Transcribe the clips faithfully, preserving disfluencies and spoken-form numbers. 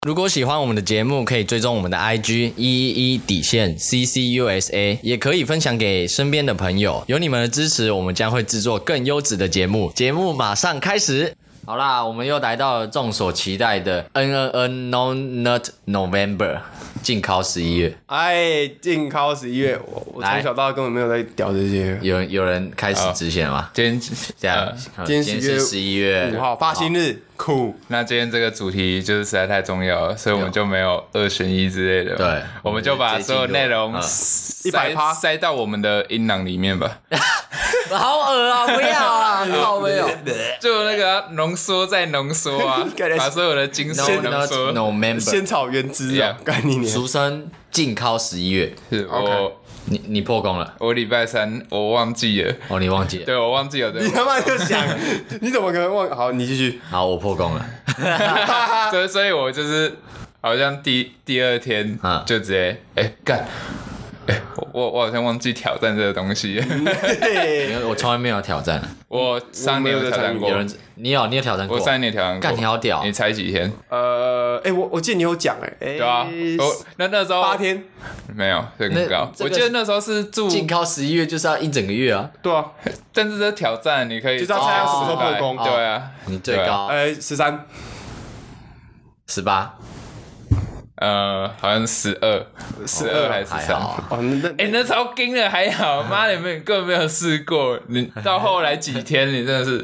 如果喜欢我们的节目，可以追踪我们的 I G 一一一底线 C C U S A， 也可以分享给身边的朋友。有你们的支持，我们将会制作更优质的节目。节目马上开始。好啦，我们又来到了众所期待的 N N N No Nut November 禁考十一月。 哎，禁考十一月，我我从小到大根本没有在屌这些。 有有人开始执行了吗？ 今天这样， 今天是十一月五号发薪日，酷。 那今天这个主题就是实在太重要了，所以我们就没有二选一之类的。 对， 我们就把所有内容一百趴塞到我们的音囊里面吧。 好恶啊！不要啊！好没有， 就那个浓缩再浓缩啊，把所有的精髓浓缩。 November 仙草原汁啊，干你娘！ 俗称禁考十一月。 是我。 你你破功了， 我礼拜三我忘记了。 哦，你忘记了？ 对，我忘记了。 你他妈就想，你怎么可能忘？好，你继续。 好，我破功了。 对，所以我就是好像第第二天就直接哎干，哎、欸、我我好像忘记挑战这个东西。 我从来没有挑战。 我上年有挑战过。 有人你有你有挑战过？ 我上年挑战过。 干你好屌！ 你猜几天？ 呃，哎、欸，我我记得你有讲哎、欸， 对啊，我那那时候八天， 没有这个高。我记得那时候是住禁考十一月就是要一整个月啊。 对啊， 但是这挑战你可以就是要猜什么时候破功。 对啊， 你最高哎十三、 十八。 呃，好像十二，十二还是十三？ 哦，那哎、欸，那超惊的，还好，妈的，你根本没有试过。你到后来几天，你真的是，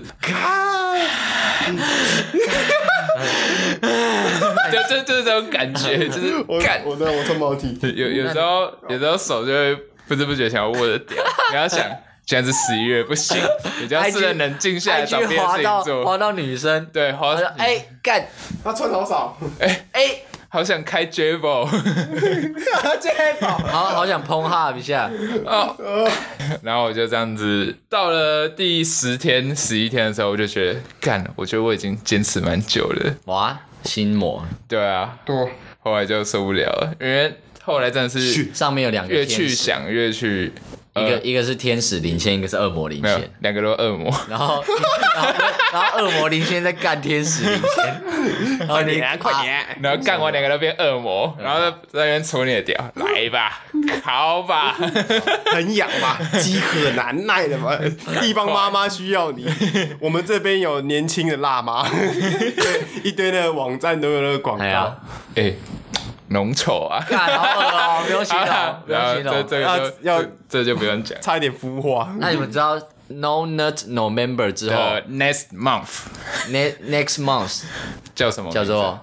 就就就是这种感觉，就是干。 我的我穿毛体， 有有时候有时候手就会不知不觉想要握着屌，你要想。现在是十一月，不行，你就要试着冷静下来找别的事情做。 滑到女生， 对，滑到哎干， 他穿好少， 哎哎。 好想开 Jable，Jable， 好好想碰 hub 一下， 哦，然后我就这样子，到了第十天、十一天的时候，我就觉得，干，我觉得我已经坚持蛮久了。 哇，心魔， 对啊， 对， 后来就受不了了，因为后来真的是上面有两个越去想越去。 一个一个是天使灵仙，一个是恶魔灵仙， 两个都恶魔。 然后，然后，然后恶魔灵仙在干天使灵仙， 然后你快点， 然后干完两个都变恶魔，然后在那边戳你的屌，来吧，烤吧， 很痒嘛，饥渴难耐的嘛，地方妈妈需要你。我们这边有年轻的辣妈，一堆的网站都有那个广告， 哎。浓丑啊！ 干好恶哦，不用形容，不用形容， 这这个要这就不用讲， 差一点孵化。 那你们知道 No Nut November 之后 ，Next month， Next month 叫什么？ 叫做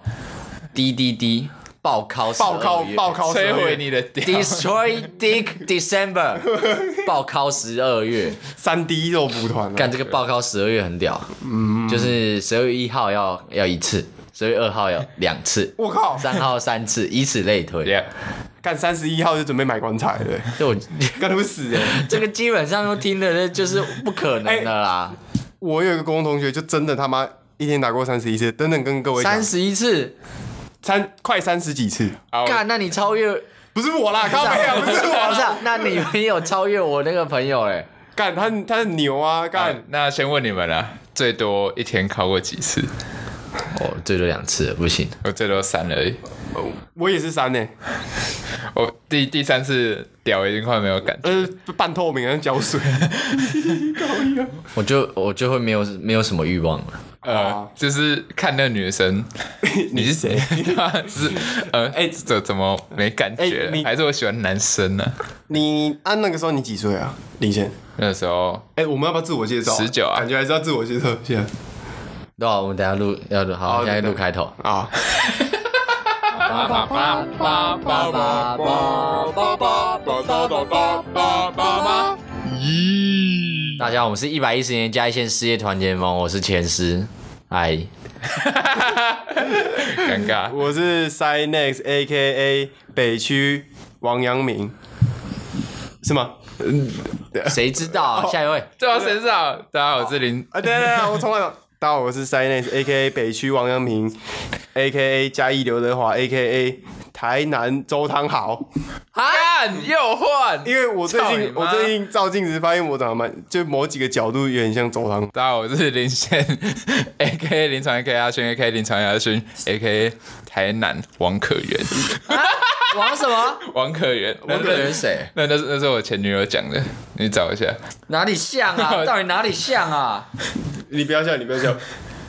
D D D 爆考爆考爆考摧毁你的屌 Destroy Dick December 爆考十二月三 D 肉蒲团。 干这个爆考十二月很屌，嗯，就是十二月一号要要一次。十月二号有两次， 我靠， 三号三次，以此类推。 Yeah. 干三十一号就准备买棺材了， 就我干都死人。 这个基本上都听的，就是不可能的啦。 欸、我有一个高中同学，就真的他妈一天打过三十一次，等等跟各位三十一次， 三快三十几次。 干，那你超越不是我啦，靠北啊，不是我啦。 不是、啊，那你没有超越我那个朋友哎。 干他他是牛啊，干、啊。 那先问你们啦，最多一天考过几次？ 哦，最多两次不行， 我最多三而已。 我也是三呢、欸。 我第第三次屌已经快没有感觉， 呃，半透明，像浇水。 我就我就会没有没有什么欲望了。 呃，就是看那女生， 你是谁？ 是呃，哎、欸，怎怎么没感觉、欸？还是我喜欢男生呢、啊？ 你按、啊、那个时候你几岁啊，林贤？ 那时候， 哎、欸，我们要不要自我介绍？ 十九啊， 感觉还是要自我介绍一下。 对啊，我们等一下录要录，好，现在录开头啊。 咦，大家好，我们是一百一十年嘉义县事业团结盟，我是前师，哎， 尴尬， 我是 Cynex A K A 北区王阳明，是吗？ 谁知道啊？下一位， 对啊，谁知道？大家好，我是林啊，对对对，我重来了。大家好，我是 Cynex A K A 北区王阳明 ，A K A 嘉义刘德华 ，A K A 台南周汤豪。 啊！ 干又换， 因为我最近我操你妈最近照镜子发现我长得蛮，就某几个角度有点像周汤。 大家好，我是林宪 ，A K A 林传 A K A 阿勋 ，A K A 林传阿勋 ，A K A 台南王可元。 王什么？ 王可元， 王可元谁？ 那那是那是我前女友讲的，你找一下。 哪里像啊？到底哪里像啊？ 你不要笑，你不要笑。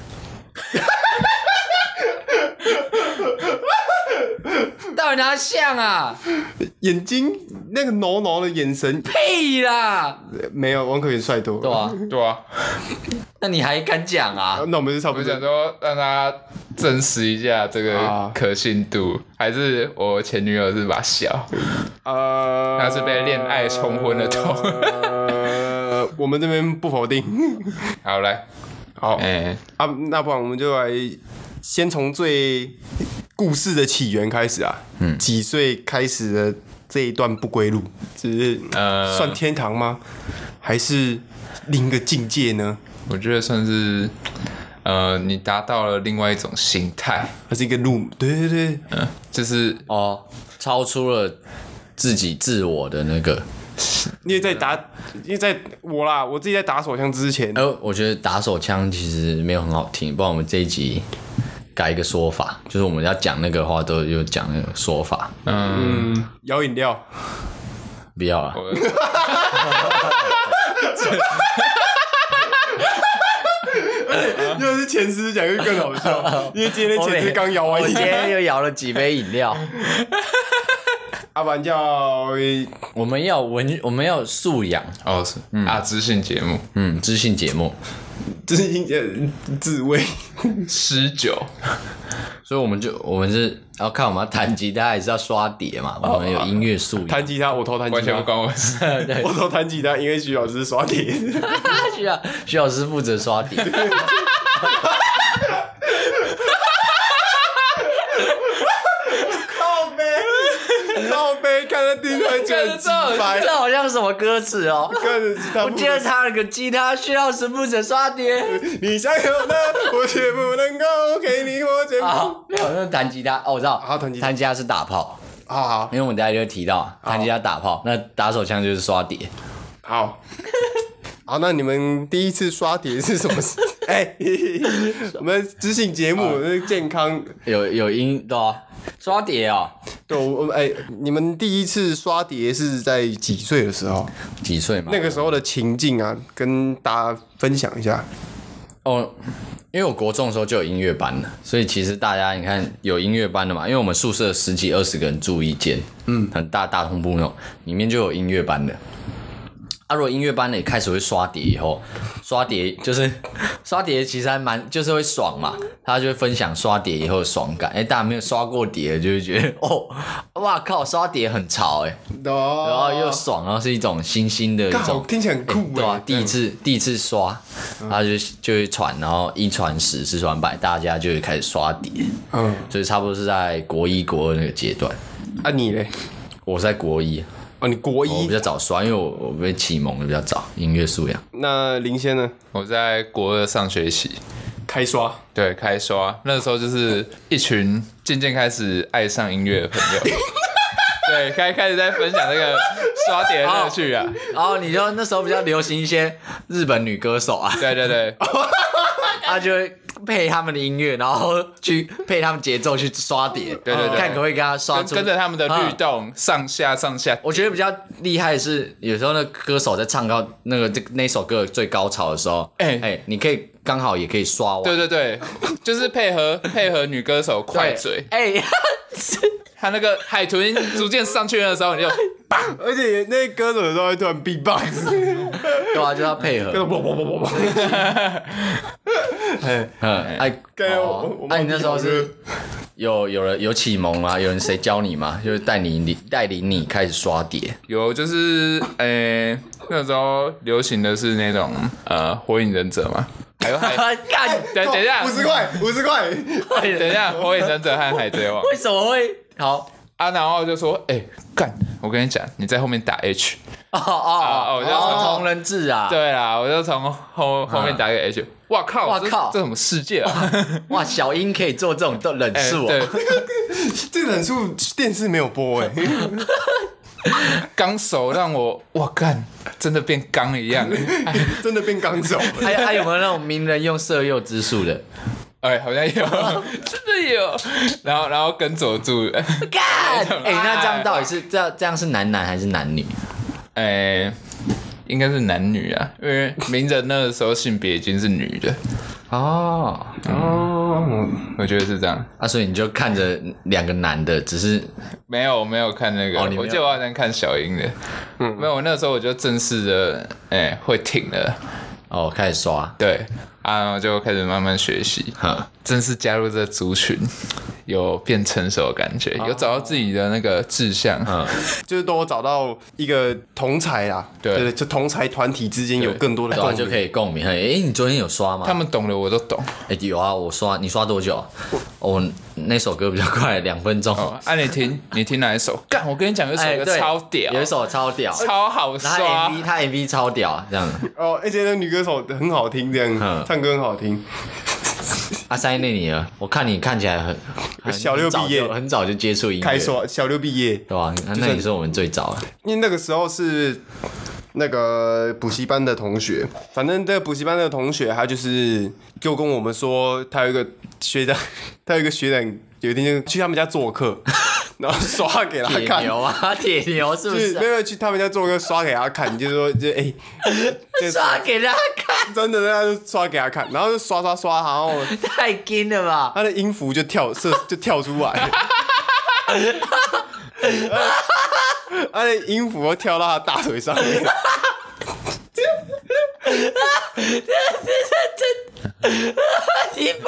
到底哪里像啊？ 眼睛那个挠挠的眼神， 屁啦！ 没有王可元帅多了。 对啊， 对啊， 那你还敢讲啊？ 那我们是差不我多。 想说让他证实一下这个可信度，还是我前女友是把小， 呃， 她是被恋爱冲昏了头。 呃，我们这边不否定。 好来， 好， 哎、 啊，那不然我们就来先从最故事的起源开始啊。嗯，几岁开始的这一段不归路，只是呃算天堂吗？还是另一个境界呢？ 我觉得算是，呃，你达到了另外一种形态， 还是一个路？对对对， 嗯，就是哦，超出了自己自我的那个。 因为在打，因为在我啦，我自己在打手枪之前， 呃，我觉得打手枪其实没有很好听，不然我们这一集改一个说法，就是我们要讲那个话都有讲那个说法。 嗯， 嗯，摇饮料， 不要了， 我要是前十讲就更好笑，因为今天前十刚摇完我今饮料， 天又摇了几杯饮料。 阿板叫我们要文，我们要素养， 哦是、嗯、啊，知性节目， 嗯，知性节目， 这是音自慰， 诗酒， 所以我们就我们是要看我们要弹吉他还是要刷碟嘛，我们有音乐素养。 弹吉他，我偷弹吉完全不他， 关我事。 对， 我偷弹吉他，因为徐老师刷碟。 需要徐老师负责刷碟。 靠背，靠背，看他听出来就很鸡掰这。好像什么歌词哦？ 看着吉他， 我记得他了个吉他，徐老师负责刷碟。 你想有的，我却不能够给你我全部。 啊，没有，那是弹吉他哦，我知道， 好弹吉他弹吉他是打炮， 好好因为我们等一下就会提到弹吉他打炮，那打手枪就是刷碟。 好，好，那你们第一次刷碟是什么事？哎，我们知性节目是健康。 有有音对啊，刷碟哦， 对，我哎，你们第一次刷碟是在几岁的时候？ 几岁嘛？ 那个时候的情境啊，跟大家分享一下。 哦，因为我国中的时候就有音乐班了，所以其实大家你看有音乐班的嘛，因为我们宿舍十几二十个人住一间，嗯，很大大通铺那种，里面就有音乐班的。啊，如果音乐班的也开始会刷碟以后，刷碟就是刷碟，其实还蛮就是会爽嘛，他就会分享刷碟以后的爽感。哎、欸，大家没有刷过碟，就会觉得哦，哇靠，刷碟很潮哎、欸， 哦， 然后又爽，然后是一种新兴的一种， 听起来很酷、欸欸、对啊，第一次第一次刷，然后就就会传，然后一传十，十传百，大家就会开始刷碟， 嗯， 所以差不多是在国一国二那个阶段。 啊你嘞？ 我是在国一。 哦，你国一、 我比较早刷，因为我我被启蒙的比较早，音乐素养。 那林先呢？ 我在国二上学期开刷， 对开刷，那时候就是一群渐渐开始爱上音乐的朋友，对，开开始在分享这个刷碟的乐趣啊。 然后你就那时候比较流行一些日本女歌手啊， 对对对， 他就会配他们的音乐，然后去配他们节奏去刷碟， 对对对看可不可以跟他刷跟出。 跟着他们的律动，上下上下。 我觉得比较厉害的是，有时候那歌手在唱到那个这那首歌最高潮的时候，哎、 哎哎、你可以刚好也可以刷完。 对对对，就是配合配合女歌手快嘴， 哎， 他那个海豚逐渐上去的时候，你就而且那歌手有时候会突然 beatbox， 对啊，就要配合。 跟着啵啵啵啵啵。哎， 嗯，哎， 该哦我， 哎，你那时候是有有人有启蒙吗？有人谁教你吗？就是带你带领你开始刷碟。 有就是诶、那时候流行的是那种呃火影忍者嘛，还有海干， 等等一下五十块，五十块。 等一下火影忍者和海贼王为什么会好？ 啊，然后就说哎干、我跟你讲，你在后面打 H。 哦哦哦我就哦，同人志啊， 对啦，我就从后后面打个 H，哇靠， 哇靠这这什么世界啊？ 哇，小樱可以做这种忍哎术哦。 对， 这个忍术电视没有播哎。 钢手让我哇干，真的变钢一样， 真的变钢手。 还有还有没有那种名人用色诱之术的？ 哎，好像有，真的有。然后然后跟佐助， 干！哎，那这样到底是这样这样是男男还是男女？ 哎，应该是男女啊，因为鸣人那个时候性别已经是女的。 哦哦，我觉得是这样啊，所以你就看着两个男的，只是没有我没有看那个， 哦、 我记得我好像看小樱的，嗯，没有，我那个时候我就正式的哎、欸、会挺了， 哦，开始刷， 对啊，然后就开始慢慢学习，哈，正式加入这个族群。有变成熟的感觉，有找到自己的那个志向，嗯， 就是都有找到一个同才啦，对对，就同才团体之间有更多的共鸣， 就可以共鸣。哎、欸，你昨天有刷吗？ 他们懂的我都懂。 哎、欸，有啊，我刷，你刷多久？我、哦、那首歌比较快，两分钟。 哦，啊，你听，你听哪一首？干，我跟你讲，有一首歌超屌， 有一首超屌， 超好刷。 他 M V， 他 M V 超屌，这样。 哦，而且那女歌手很好听，这样、嗯、唱歌很好听。 阿塞内尼尔，我看你看起来很，很小六毕业， 很早就接触音乐， 开刷小六毕业， 对吧、啊？那你是我们最早的， 因为那个时候是那个补习班的同学，反正这个补习班的同学，他就是就跟我们说，他有一个学长，他有一个学长，有一天就去他们家做客。然后刷给他看， 铁牛啊，铁牛是不是、啊？ 没有去他们家做客，刷给他看，就是说，就哎，欸、 刷给他看， 真的，他就刷给他看，然后就刷刷刷，然后太惊了吧， 他的音符就跳射就跳出来，他的音符又跳到他大腿上面。 衣服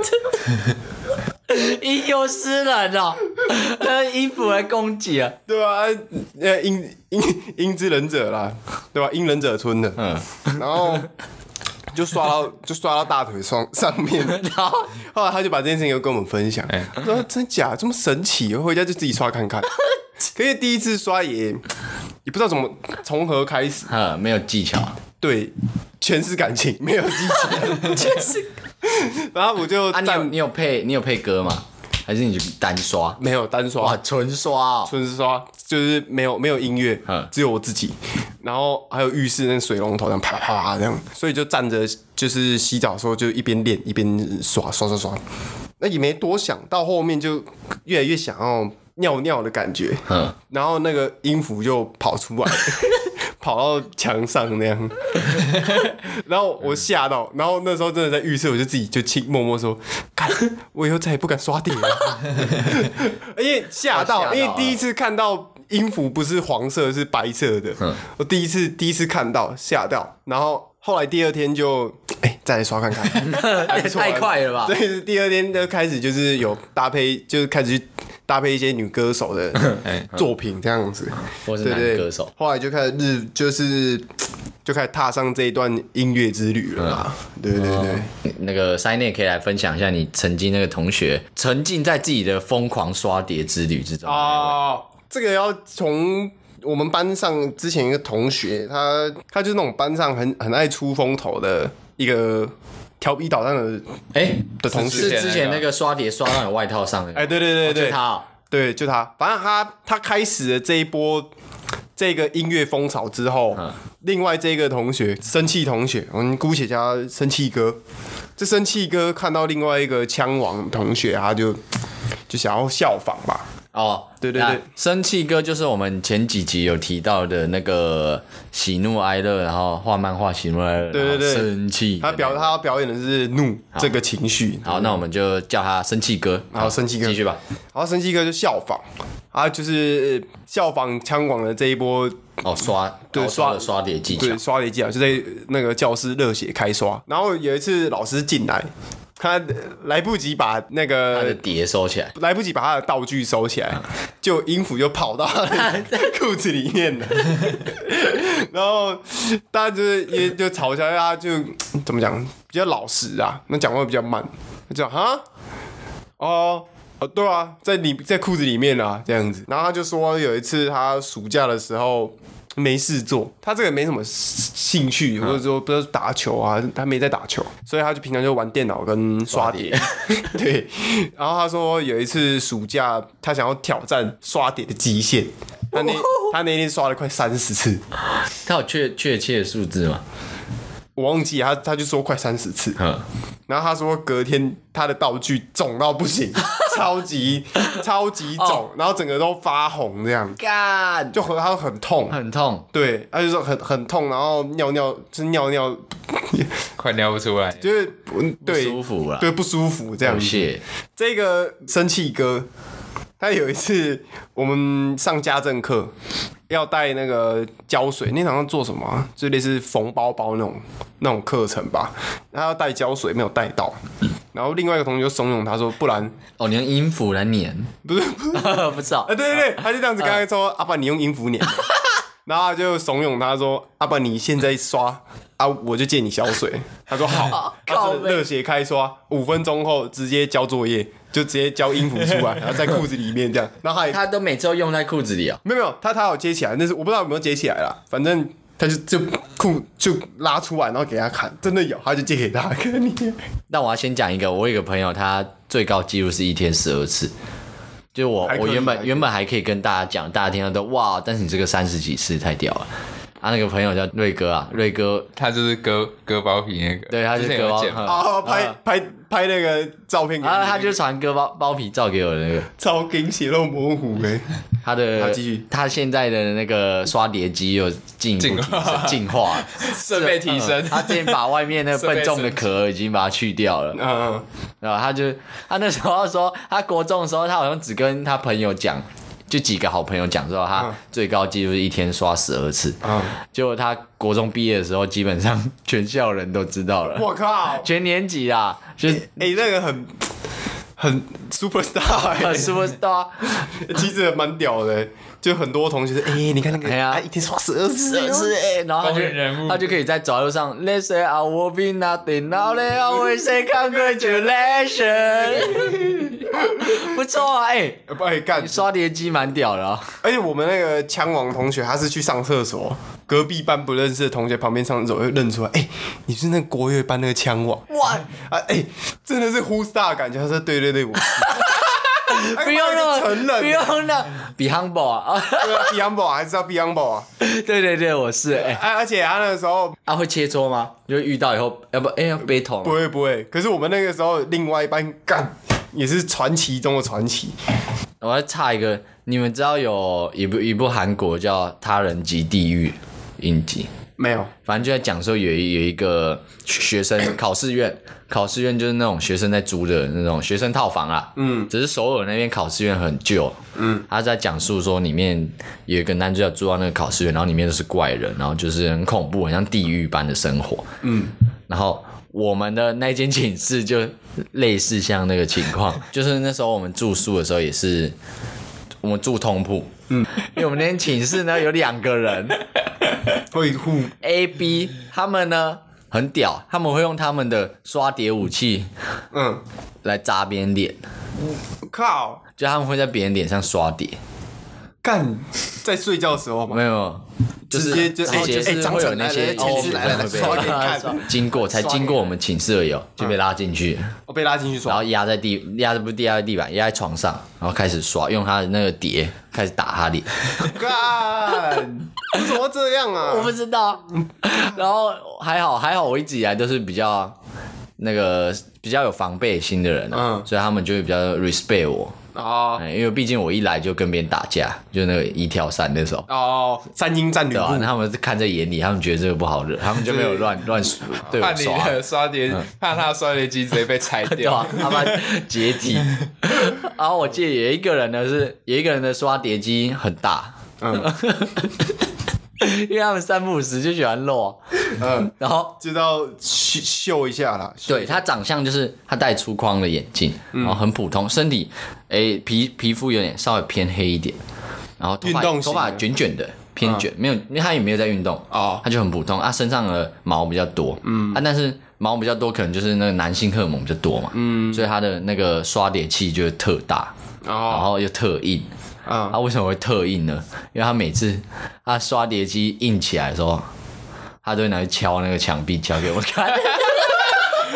音游诗人哦，那衣服来攻击啊， 对吧、啊？呃，音音音之忍者啦，对吧？音忍者村的，嗯，然后就刷到就刷到大腿上上面，然后后来他就把这件事情又跟我们分享，欸、说真假这么神奇，我回家就自己刷看看。可是第一次刷也也不知道怎么从何开始， 哈，没有技巧， 对，全是感情，没有技巧， 全是。 然后我就啊，你有你有配你有配歌吗？还是你就单刷？ 没有单刷， 哇，纯刷哦， 纯刷就是没有没有音乐，只有我自己，然后还有浴室那水龙头这样啪啪啪这样，所以就站着就是洗澡的时候就一边练一边刷刷刷刷，那也没多想，到后面就越来越想要尿尿的感觉，然后那个音符就跑出来。跑到墙上那样，然后我吓到，然后那时候真的在浴室，我就自己就轻默默说：“干，我以后再也不敢刷碟了。”因为吓到，因为第一次看到音符不是黄色是白色的，我第一次第一次看到吓到，然后后来第二天就哎、欸、再来刷看看，还不错， 太快了吧？ 对，第二天就开始就是有搭配，就是开始去。搭配一些女歌手的作品这样子， 或是男歌手， 后来就开始日就是就开始踏上这一段音乐之旅了嘛。嗯、对对对，哦、 那个塞内可以来分享一下你曾经那个同学沉浸在自己的疯狂刷碟之旅之中哦。这个要从我们班上之前一个同学，他他就是那种班上很很爱出风头的一个。调皮捣蛋的哎、欸、的同事是之前那个刷碟刷到你外套上的哎、欸、对对对对， 就他、哦、 对就他，反正他他开始了这一波这个音乐风潮之后，嗯、另外这个同学生气同学，我们姑且叫他生气哥。这生气哥看到另外一个枪王同学，他就就想要效仿吧。 哦， 对对对， 生气哥就是我们前几集有提到的那个喜怒哀乐，然后画漫画喜怒哀乐， 对对对， 生气， 他表他要表演的是怒这个情绪。 好，那我们就叫他生气哥， 然后生气哥继续吧。 然后生气哥就效仿，啊，就是效仿枪广的这一波哦，刷对刷的刷碟技巧， 对刷碟技巧就在那个教室热血开刷。然后有一次老师进来。他来不及把那个他的碟收起来， 来不及把他的道具收起来，就音符就跑到他的裤子里面了。然后大家就是也就嘲笑他，就怎么讲比较老实啊，那讲话比较慢，就讲哈哦哦对啊，在里在裤子里面啊这样子。然后他就说有一次他暑假的时候。没事做，他这个没什么兴趣，或者说不知道打球啊，他没在打球，所以他就平常就玩电脑跟刷碟。对，然后他说有一次暑假，他想要挑战刷碟的极限，他那他那天刷了快三十次。 他有确确切的数字吗？ 我忘记他，他就说快三十次。然后他说隔天他的道具肿到不行，超级超级肿，哦、然后整个都发红这样。 干， 就很他很痛， 很痛。 对，他就说很很痛，然后尿尿就是尿尿， 快尿不出来， 就是对不舒服了， 对不舒服这样子。这个生气哥，他有一次我们上家政课。要带那个胶水，那好像做什么、啊？就类似缝包包那种那种课程吧。他要带胶水，没有带到。然后另外一个同学就怂恿他说：“不然哦，你用音符来粘？ 不是不是不知道。 啊，对对对，他就这样子刚才说，阿爸、啊、你用音符粘。然后他就怂恿他说：阿爸、啊、你现在刷啊，我就借你小水。他说好，他是热血开刷，五分钟后直接交作业。”就直接交音符出来，然后在裤子里面这样，然后他他都每次都用在裤子里啊、哦？ 没有没有，他他有接起来，但是我不知道有没有接起来啦，反正他就就裤就拉出来，然后给他看，真的有，他就借给他看你。 那我要先讲一个，我有一个朋友，他最高纪录是一天十二次，就我我原本原本还可以跟大家讲，大家听到都哇，但是你这个三十几次太屌了。他、啊、那个朋友叫瑞哥啊，瑞哥他就是割割包皮那个， 对，他就是割包皮哦，拍、啊、拍拍那个照片给你， 然后他就传割包包皮照给我的那个， 超惊血肉模糊哎。 他的他现在的那个刷碟机有进一步提升进化， 设备提升。 他之前把外面那个笨重的壳已经把它去掉了，嗯，然后他就他那时候说，他国中的时候，他好像只跟他朋友讲。就几个好朋友讲说，他最高纪录是一天刷十二次。嗯，结果他国中毕业的时候，基本上全校人都知道了。 我靠， 全年级啦，就哎、 欸欸，那个很很 super star， 很 super star， 其实蛮屌的。就很多同学说，哎、欸，你看那个，哎呀、啊，一天刷十二次， 十二次，哎，然后他就他就可以在走路上 ，Let's say I will be nothing, now they always say congratulations， 不错啊，哎、欸， 不哎干， 刷碟机蛮屌的、喔。 而且我们那个枪王同学，他是去上厕所，隔壁班不认识的同学旁边上厕所，又认出来，哎、欸，你是那个国乐班那个枪王，哇，啊，哎、欸，真的是 Who's Star 的感觉，他说对对对，我是。 不用那么承认， 不用那 be humble 啊， 对啊 ，be humble 还是要 be humble 啊？ 对对对，我是哎、 欸，而且他那个时候啊会切磋吗？就遇到以后要不哎、欸、要 battle 吗？ 不会不会，可是我们那个时候另外一班干也是传奇中的传奇。 我要插一个，你们知道有一部一部韩国叫《他人及地狱》影集？ 没有， 反正就在讲说有一有一个学生考试院，考试院就是那种学生在租的那种学生套房啦。嗯，只是首尔那边考试院很旧。嗯，他在讲述说里面有一个男主角住到那个考试院，然后里面都是怪人，然后就是很恐怖，很像地狱般的生活。嗯，然后我们的那间寝室就类似像那个情况，就是那时候我们住宿的时候也是，我们住通铺。嗯，因为我们那间寝室呢有两个人。 会互 A、B 他们呢很屌，他们会用他们的刷碟武器，嗯，来砸别人脸。 靠！ 就他们会在别人脸上刷碟。 干，在睡觉的时候吗？ 没有，就是直接就直接是会有那些寝室来来刷给看， 经过才经过我们寝室而已哦，就被拉进去。 我被拉进去刷， 然后压在地，压的不是压在地板，压在床上，然后开始刷，用他的那个碟开始打他脸。 干，怎么这样啊？ 我不知道。然后还好还好，我一直以来都是比较那个比较有防备心的人、啊，嗯，所以他们就会比较 respect 我。哦、嗯，因为毕竟我一来就跟别人打架，就那个一跳三那时候。 哦，三英战吕布， 他们是看在眼里，他们觉得这个不好惹，他们就没有乱乱对我刷。 怕你的刷碟，嗯、怕他的刷碟机直接被拆掉， 对啊，他怕解体。然后我记得有一个人呢是有一个人的刷碟机很大，嗯。因为他们三不五时就喜欢露，嗯，然后知道秀秀一下啦。 对，他长相就是他戴粗框的眼镜，嗯、然后很普通，身体诶皮皮肤有点稍微偏黑一点，然后头发头发卷卷的偏卷，嗯、没有，因为他也没有在运动哦，他就很普通啊，身上的毛比较多，嗯啊，但是毛比较多可能就是那个男性荷尔蒙比较多嘛，嗯，所以他的那个刷碟器就特大，哦，然后又特硬。啊，他为什么会特硬呢？因为他每次他刷碟机硬起来的时候，他都会拿去敲那个墙壁，敲给我看。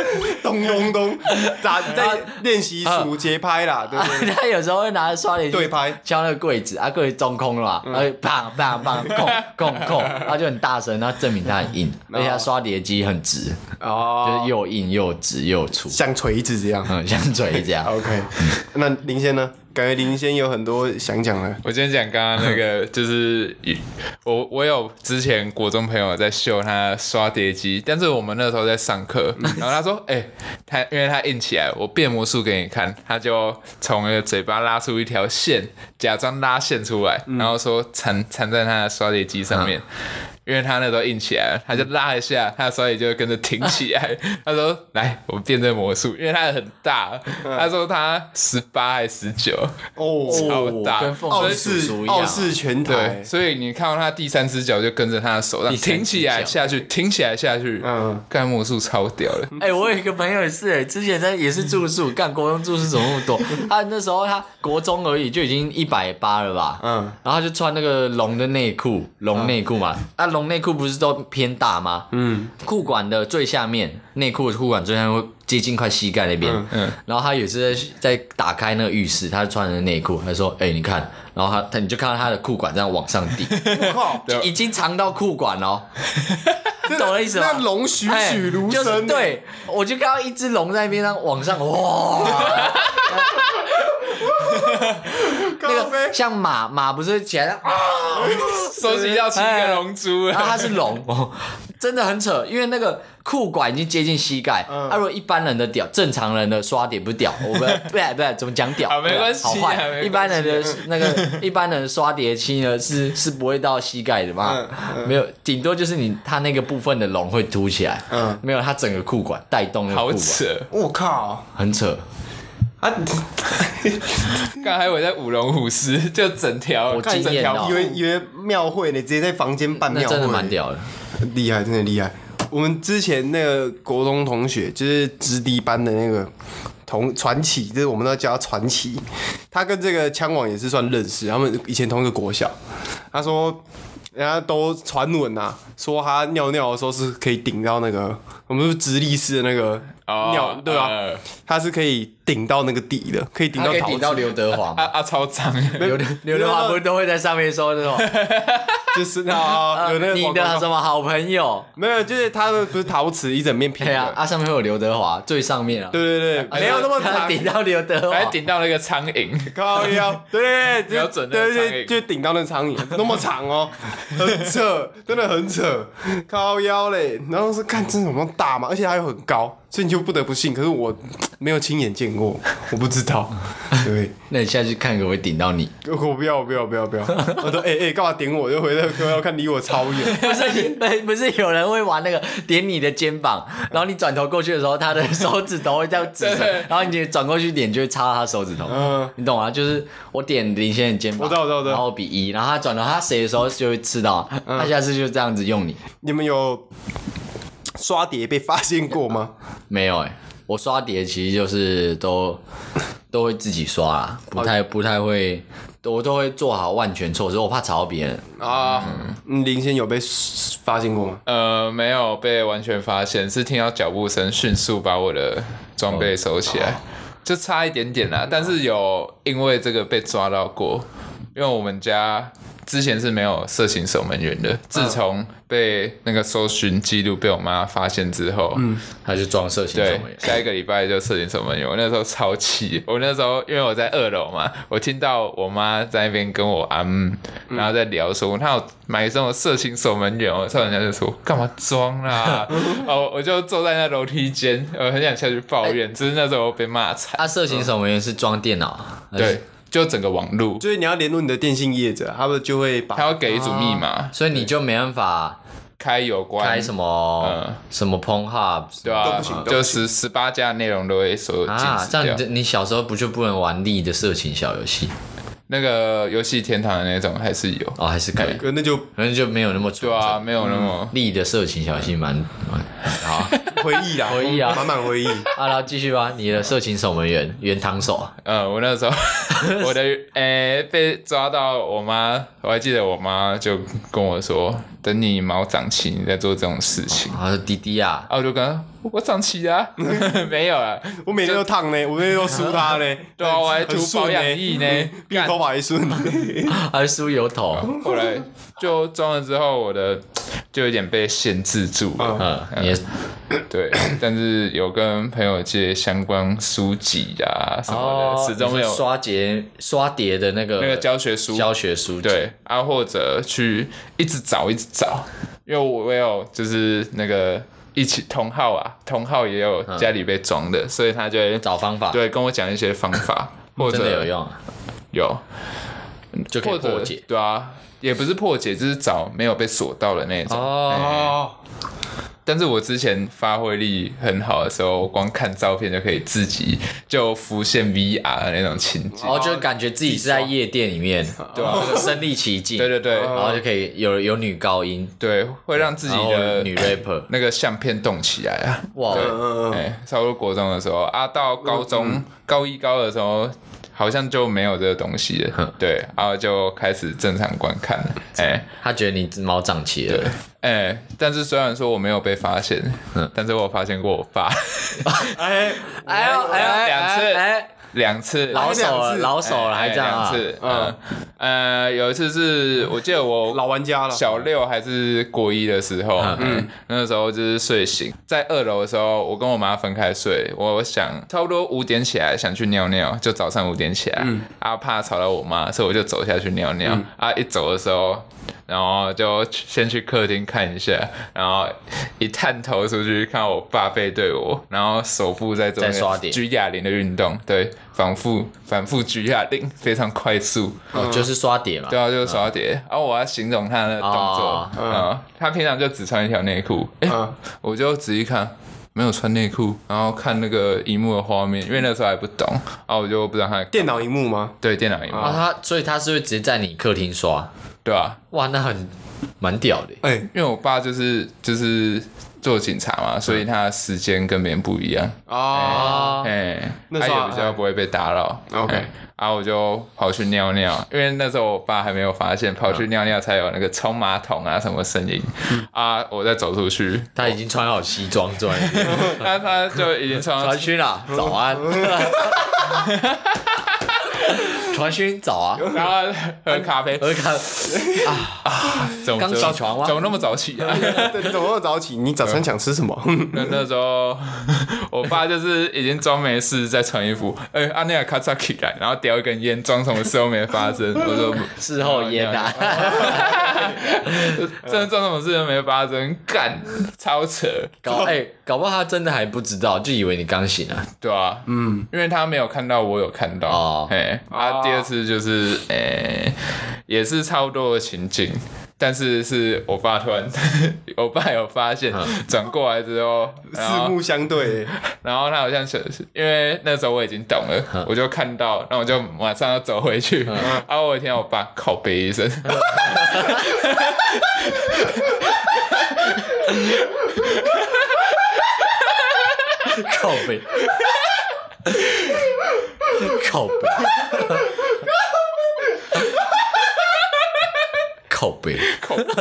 咚咚咚，打在练习数节拍啦，对不对？ 他有时候会拿着刷碟对拍敲那个柜子，啊，柜子中空了嘛，然后砰砰砰，空空空，然后就很大声，然后证明它很硬，而且它刷碟机很直， 哦， 就是又硬又直又粗， 像锤子这样， 嗯，像锤这样。 OK，那林先呢？感觉林先有很多想讲的。 我今天讲刚刚那个，就是我我有之前国中朋友在秀他刷碟机，但是我们那时候在上课，然后他说：“哎、欸，他因为他硬起来，我变魔术给你看。”他就从那个嘴巴拉出一条线，假装拉线出来，然后说缠缠在他的刷碟机上面。因为他那时候硬起来了，他就拉一下，他的刷碟就会跟着挺起来。他说：“来，我变这魔术。”因为他很大，他说他十八还十九， 哦， 超大， 跟凤傲梨叔视叔一样。 傲视全台对，。所以你看到他第三只脚就跟着他的手，让挺起来下去，挺起来下去，嗯，干魔术超屌的。 哎、欸，我有一个朋友也是、欸，之前在也是住宿，干国中住宿怎么那么多？他那时候他国中而已就已经一百八了吧？嗯，然后他就穿那个龙的内裤，龙内裤嘛，那龙内裤不是都偏大吗？嗯，裤管的最下面，内裤的裤管最下面会接近快膝盖那边。嗯嗯，然后他也是在在打开那个浴室，他穿的内裤，他说：“哎、欸，你看。”然后他他你就看到他的裤管这样往上顶， 我靠， 就已经长到裤管哦。你懂我意思吗？ 那龙栩栩如生、 就是，对，我就看到一只龙在那边上往上，哇！那个像马马不是起来啊， 收集到七个龙珠， 然后它是龙，哦，真的很扯，因为那个裤管已经接近膝盖。嗯、啊，如果一般人的屌，正常人的刷点不是屌，我不不不怎么讲屌， 好没关系， 好坏，一般人的那个一般人的刷碟器呢是是不会到膝盖的嘛，嗯嗯、没有，顶多就是你它那个部分的龙会凸起来，嗯，没有它整个裤管带动那个裤管， 好扯， 我靠， 很扯。 啊！ 刚才我在舞龙舞狮，就整条， 我惊艳到， 以为以为庙会呢，直接在房间办庙会， 真的蛮屌的， 厉害，真的厉害。我们之前那个国中同学，就是直笛班的那个同传奇，就是我们都叫他传奇。他跟这个枪王也是算认识，他们以前同一个国小。他说，人家都传闻啊，说他尿尿的时候是可以顶到那个我们是直立式的那个尿，哦、对吧？呃、他是可以顶到那个底的，可以顶到陶瓷， 可以顶到刘德华啊啊，超脏！ 刘刘德华不是都会在上面说那种， 就是啊，有那个你的什么好朋友？ 没有，就是他们不是陶瓷一整面平的， 对啊，啊上面会有刘德华最上面啊， 对对对，没有那么长， 顶到刘德华， 还顶到那个苍蝇， 靠腰，对， 标准的对对，就顶到那苍蝇，那么长哦，很扯，真的很扯，靠腰嘞，然后是看真的有那么大嘛，而且还有很高。所以你就不得不信，可是我没有亲眼见过，我不知道。对， 那你下去看可不可以顶到你？ 我不要，我不要，不要，不要！我说，哎、欸、哎，干、欸、嘛点我？就回到课要看离我超远。 不是，不是有人会玩那个点你的肩膀，然后你转头过去的时候，他的手指头会这样指着，然后你转过去点就会插到他手指头。嗯，你懂吗？就是我点林先生的肩膀， 我知道，我知道，我知道。 然后比一，然后他转到他谁的时候就会吃到，嗯、他下次就这样子用你。 你们有刷碟被发现过吗？ 没有哎、欸，我刷碟其实就是都都会自己刷啦，不太不太会，我都会做好万全措施，我怕吵到别人啊。嗯，林先有被发现过吗？ 呃，没有被完全发现，是听到脚步声，迅速把我的装备收起来，哦、就差一点点啦。但是有因为这个被抓到过，因为我们家之前是没有色情守门员的，自从被那个搜寻记录被我妈发现之后，嗯， 他就装色情守门员。 对，下一个礼拜就色情守门员。我那时候超气，我那时候因为我在二楼嘛，我听到我妈在那边跟我阿姆，然后在聊说，她有买这种色情守门员，我超人家就说干嘛装啦？哦，我就坐在那楼梯间，我很想下去抱怨，只是那时候被骂惨。 他、啊、色情守门员是装电脑， 对。就整个网路， 就是你要联络你的电信业者，他们就会把他要给一组密码、啊， 所以你就没办法开有关开什么、嗯、什么 Pornhub， 对啊， 都不行， 就十十八家内容都会所有禁止掉。 啊，这样你你小时候不就不能玩力的色情小游戏？ 那个游戏天堂的那种还是有哦，还是可以， 可那就可能就没有那么对啊，没有那么力的色情小游戏蛮蛮好回忆啊， 回忆啊， 满满回忆。 啊，然后继续吧，你的色情守门员原堂手啊， 呃，我那时候我的诶、欸、被抓到，我妈我还记得我妈就跟我说，等你毛长齐，你再做这种事情。 啊，弟弟啊， 啊，我就跟他我长齐啊，没有啊， 我每天都烫呢，我每天都梳它呢。 对啊，我还涂保养液呢， 比头发还顺。 还梳油头。 后来就装了之后，我的就有点被限制住了。 嗯，也对，但是有跟朋友借相关书籍啊什么的， 哦， 始终没有刷碟刷碟的那个那个教学书。 教学书籍。 对啊，或者去一直找一直找，因为我我有就是那个一起同号啊，同号也有家里被装的，所以他就会找方法， 对，跟我讲一些方法，或者真的有用啊， 有就可以或者破解。 对啊，也不是破解，就是找没有被锁到的那种。 哦， 但是我之前发挥力很好的时候，光看照片就可以自己就浮现 V R 的那种情景， 然后就感觉自己是在夜店里面，对吧？身临其境， 对对对， 然后就可以有有女高音， 对，会让自己然后的女 rapper， 那个相片动起来啊。 哇， 对，哎，差不多国中的时候啊，到高中高一高二的时候。好像就没有这个东西了，对，然后就开始正常观看了，哎， 他觉得你毛长齐了， 对，哎，但是虽然说我没有被发现，但是我有发现过我爸， 哎哎呦哎呦两次哎。 两次老手了，老手了，还这样啊？ 两次，嗯呃，有一次是我记得我老玩家了， 小六还是国一的时候，嗯，那个时候就是睡醒，在二楼的时候，我跟我妈分开睡，我想差不多五点起来想去尿尿，就早上五点起来，嗯，啊怕吵到我妈，所以我就走下去尿尿，嗯、啊一走的时候。然后就先去客厅看一下，然后一探头出去看我爸背对我，然后手部在做那个举哑铃的运动，对，反复反复举哑铃，非常快速， 哦，就是刷碟嘛， 对啊，就是刷碟。然后我要形容他的动作，嗯，他平常就只穿一条内裤，哎，我就仔细看。没有穿内裤，然后看那个荧幕的画面，因为那时候还不懂，然后我就不知道他电脑荧幕吗？ 对，电脑荧幕。 啊，他所以他是会直接在你客厅刷， 对啊， 哇，那很蛮屌的。 哎、欸， 因为我爸就是就是做警察嘛，所以他的时间跟别人不一样哦， 哎、欸，他也比较不会被打扰。 OK。 欸然后我就跑去尿尿，因为那时候我爸还没有发现，跑去尿尿才有那个冲马桶啊什么声音、嗯、啊！我再走出去， 他已经穿好西装坐在那边， 他他就已经穿好。 传讯啦，早安。传讯早啊， 然后喝咖啡， 喝咖啡啊啊！ 刚起床吗？ 怎么那么早起啊？ 对，怎么那么早起？你早餐想吃什么？ 那那时候我爸就是已经装没事在穿衣服，哎、欸，阿内亚咔嚓起来，然后叼一根烟，装什么事都没发生。我说事后烟啊， 真的装什么事都没发生，干超扯。 搞哎、欸，搞不好他真的还不知道，就以为你刚醒啊。 对啊，嗯，因为他没有看到，我有看到。哦，哎，啊，第二次就是哎、欸，也是差不多的情景。但是是我爸突然，我爸有发现，转过来之后， 四目相对， 然後他好像是因為那時候我已經懂了，我就看到，然後我就馬上要走回去，然後我聽到我爸靠背一聲， 靠背，靠背。靠背， 靠背，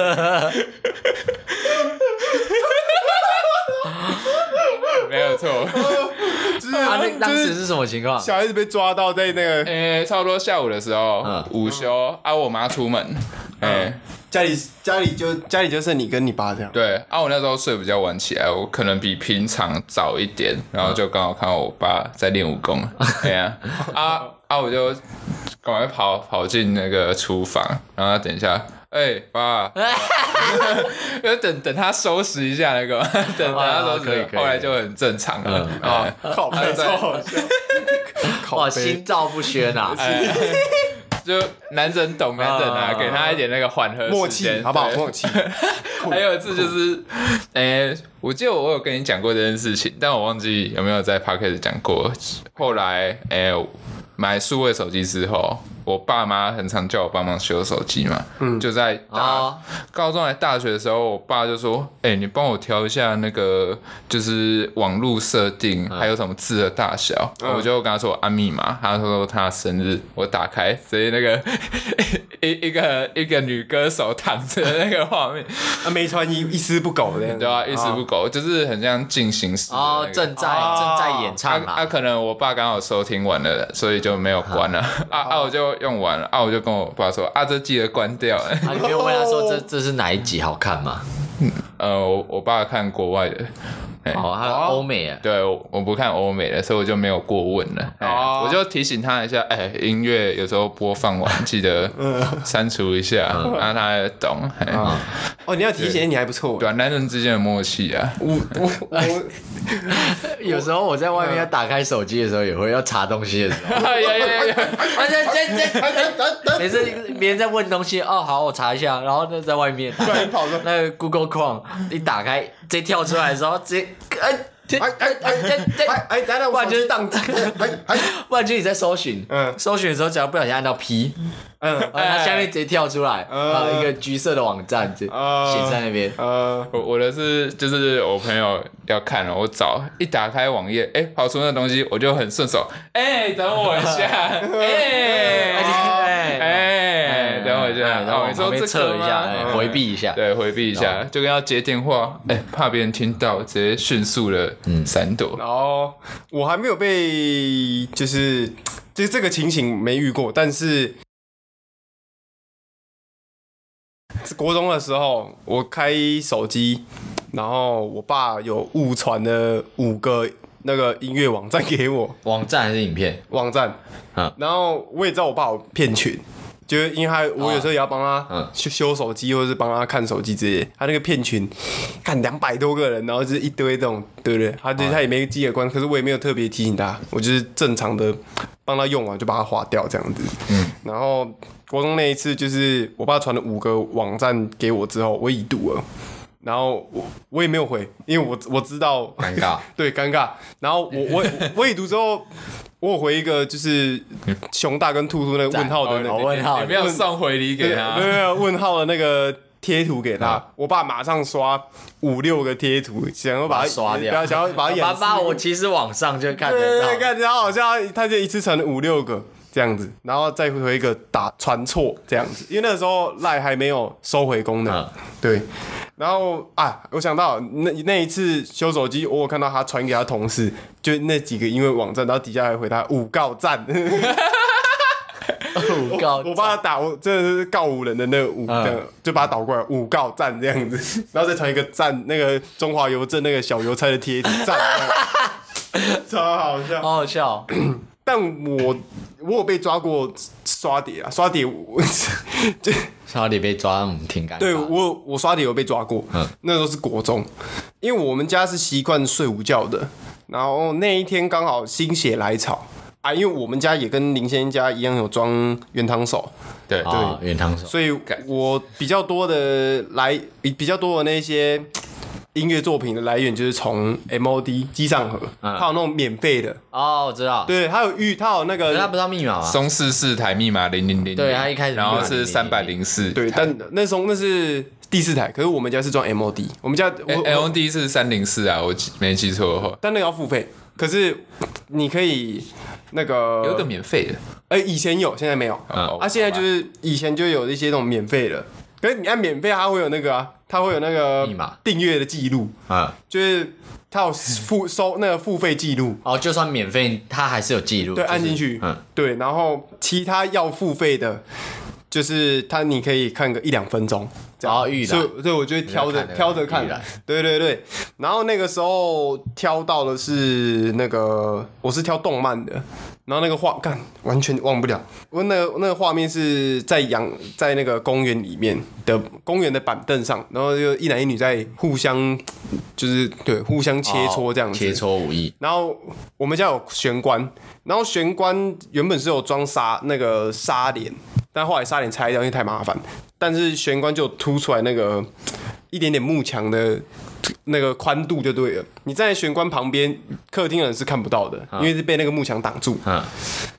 没有错， 就是啊，那当时是什么情况？ 小孩子被抓到在那个， 诶、欸，差不多下午的时候，嗯、午休，啊，我妈出门，诶、欸。 家里家里就家里就剩你跟你爸这样。 对啊，我那时候睡比较晚起来，我可能比平常早一点，然后就刚好看到我爸在练武功。对啊，啊啊，我就赶快跑跑进那个厨房，然后等一下，哎、欸，爸，就等等他收拾一下那个，等他收拾，后来就很正常了。啊、 嗯，靠背超好笑， 哇，心照不宣啊！ 就男人懂男人啊，给他一点那个缓和默契，好不好？默契。 还有一次就是，诶、欸，我记得我有跟你讲过这件事情，但我忘记有没有在 podcast 讲过。后来，诶、欸，买数位手机之后， 我爸妈很常叫我帮忙修手机嘛，嗯，就在大、哦、高中还大学的时候，我爸就说：“哎、欸，你帮我调一下那个就是网络设定，嗯、还有什么字的大小。嗯”我就跟他说我按密码，他说他生日，我打开，所以那个一一个一个女歌手躺着的那个画面， 啊，没穿衣，一丝不苟的， 对啊，一丝不苟，哦、就是很像进行时、那個、 哦，正在、哦、正在演唱啊。啊，可能我爸刚好收听完了，所以就没有关了。啊啊，我就用完了，啊，我就跟我爸说，啊，这记得关掉。啊， 你没有问他说这这是哪一集好看吗？ 嗯、呃，我我爸看国外的。 哦，还有欧美啊？ 对，我不看欧美的，所以我就没有过问了。哦，我就提醒他一下，哎、欸，音乐有时候播放完记得删除一下，让、嗯啊、他也懂。 嗯、哦，你要提醒你还不错， 对啊，男人之间的默契啊。我我我有时候我在外面要打开手机的时候，也会要查东西的时候。 呀呀呀！ 每次别人在问东西，哦，好，我查一下，然后呢，在外面打开那个 Google Chrome 一打开，直接跳出来的时候，直接。哎哎哎哎哎哎！等等，不然就是当，不然就是你在搜寻，嗯，搜寻的时候，只要不小心按到 P， 嗯，它下面直接跳出来，啊，一个橘色的网站，就写在那边。 呃，我我的是就是我朋友要看了，我找一打开网页，哎，跑出那东西，我就很顺手，哎，等我一下，哎哎，等我一下，然后你说这测一下，回避一下， 对，回避一下，就跟要接电话，哎，怕别人听到，直接迅速的。嗯，闪躲。 然后我还没有被，就是就是这个情形没遇过，但是国中的时候，我开手机，然后我爸有误传了五个那个音乐网站给我， 网站还是影片？ 网站。嗯，然后我也知道我爸有骗群。就是因为他，我有时候也要帮他去修手机，或者是帮他看手机之类的。他那个片群，看两百多个人，然后就是一堆这种，对不对？他就是他也没记得关，可是我也没有特别提醒他，我就是正常的帮他用完就把它划掉这样子。嗯，然后国中那一次，就是我爸传了五个网站给我之后，我已读了。然后我我也没有回，因为我我知道尴尬， 对尴尬。然后我我我已读之后，我有回一个就是熊大跟兔兔那个问号的那个问号， 你没有送回礼给他， 没有没有问号的那个贴图给他，我爸马上刷五六个贴图，想要把它刷掉， 想要把它掩饰。 爸爸，我其实网上就看得到， 看他好像他就一次传了五六个。这样子，然后再回一个打传错这样子，因为那时候赖还没有收回功能，嗯、对。然后啊，我想到那那一次修手机，我有看到他传给他同事，就那几个音乐网站，然后底下还回他五告赞。五告，我帮他打，我真的是告五人的那个五，嗯、就把他导过来五告赞这样子，然后再传一个赞，那个中华邮政那个小邮差的贴图赞，超好笑， 好好笑。 但我我有被抓过刷碟啊，刷碟我就刷碟被抓，我们挺尴尬。 对我我刷碟有被抓过，嗯，那时候是国中，因为我们家是习惯睡午觉的，然后那一天刚好心血来潮啊，因为我们家也跟林先生家一样有装原汤手， 对对，哦、原汤手， 所以我比较多的来比较多的那些。音乐作品的来源就是从 M O D 机上盒，嗯、它有那种免费的哦，我知道， 对，它有预，它有那个， 它不知道密码吗？ 松氏四台密码零零零， 对，它一开始然后是三百零四， 对，但那时候那是第四台，可是我们家是装 M O D， 我们家 M O D 是三零四啊，我没记错的话， 但那个要付费，可是你可以那个有一个免费的， 哎、欸，以前有，现在没有，嗯、啊，现在就是以前就有一些那种免费的。可是你按免费，它会有那个啊，它会有那个密码订阅的记录啊，就是它有付收那个付费记录哦，就算免费，它还是有记录。 对，按进去，嗯，对，然后其他要付费的，就是它你可以看个一两分钟， 然后预览， 所以所以我就挑着挑着看，对对对，然后那个时候挑到的是那个我是挑动漫的。然后那个画，干完全忘不了。我那个那个画面是在养在那个公园里面的公园的板凳上，然后就一男一女在互相就是对互相切磋这样子， 切磋武艺。 然后我们家有玄关，然后玄关原本是有装纱那个纱帘，但后来纱帘拆掉，因为太麻烦。但是玄关就凸出来那个一点点幕墙的。那个宽度就对了，你站在玄关旁边，客厅的人是看不到的，嗯、因为是被那个幕墙挡住。嗯、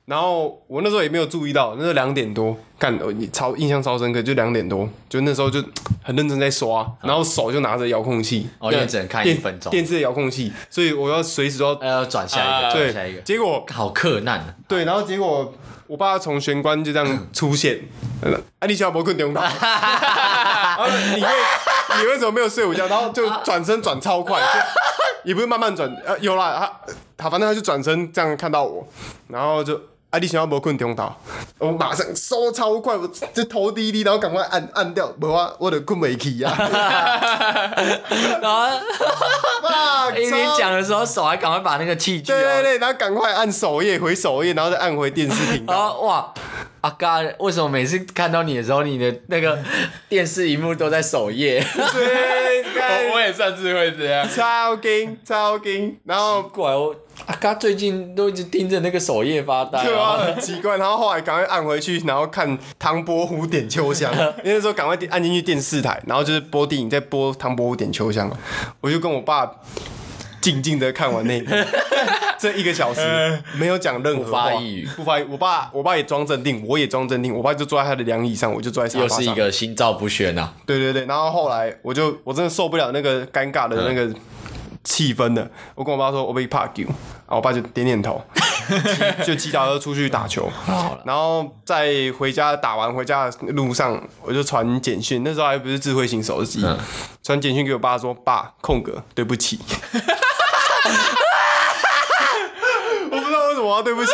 然后我那时候也没有注意到，那时候两点多，干，超印象超深刻，就两点多，就那时候就很认真在刷，然后手就拿着遥控器， 哦，因为只能看一分钟， 电视的遥控器，所以我要随时都要要转下一个， 对， 下一个， 结果好困难， 对，然后结果我爸从玄关就这样出现，啊，你小伯困中岛，然后你会你为什么没有睡午觉？然后就转身转超快，就也不是慢慢转，呃，有啦，他他反正他就转身这样看到我，然后就。啊！你想要无困中岛，我马上收超快，我就头低低，然后赶快按按掉，无我我就困不起啊！ 然后一边讲的时候，手还赶快把那个器具， 对对对，然后赶快按首页回首页，然后再按回电视频道。 然后哇！啊嘎！为什么每次看到你的时候，你的那个电视荧幕都在首页？ 对， 我我也甚至会这样， 超惊超惊。然后怪我啊嘎，最近都一直盯着那个首页发呆， 对啊，很奇怪。然后后来赶快按回去，然后看唐伯虎点秋香，因为那时候赶快按进去电视台，然后就是播电影，在播唐伯虎点秋香，我就跟我爸静静的看完那这一个小时，没有讲任何话， 不发一语， 不发一语。我爸，我爸也装镇定，我也装镇定。我爸就坐在他的凉椅上，我就坐在沙发上。 又是一个心照不宣啊！ 对对对，然后后来我就我真的受不了那个尴尬的那个气氛了。我跟我爸说，我被怕丢，然后我爸就点点头，就骑脚车出去打球。然后在回家打完回家的路上，我就传简讯，那时候还不是智慧型手机，传简讯给我爸说：“爸，空格，对不起。”我不知道为什么要对不起。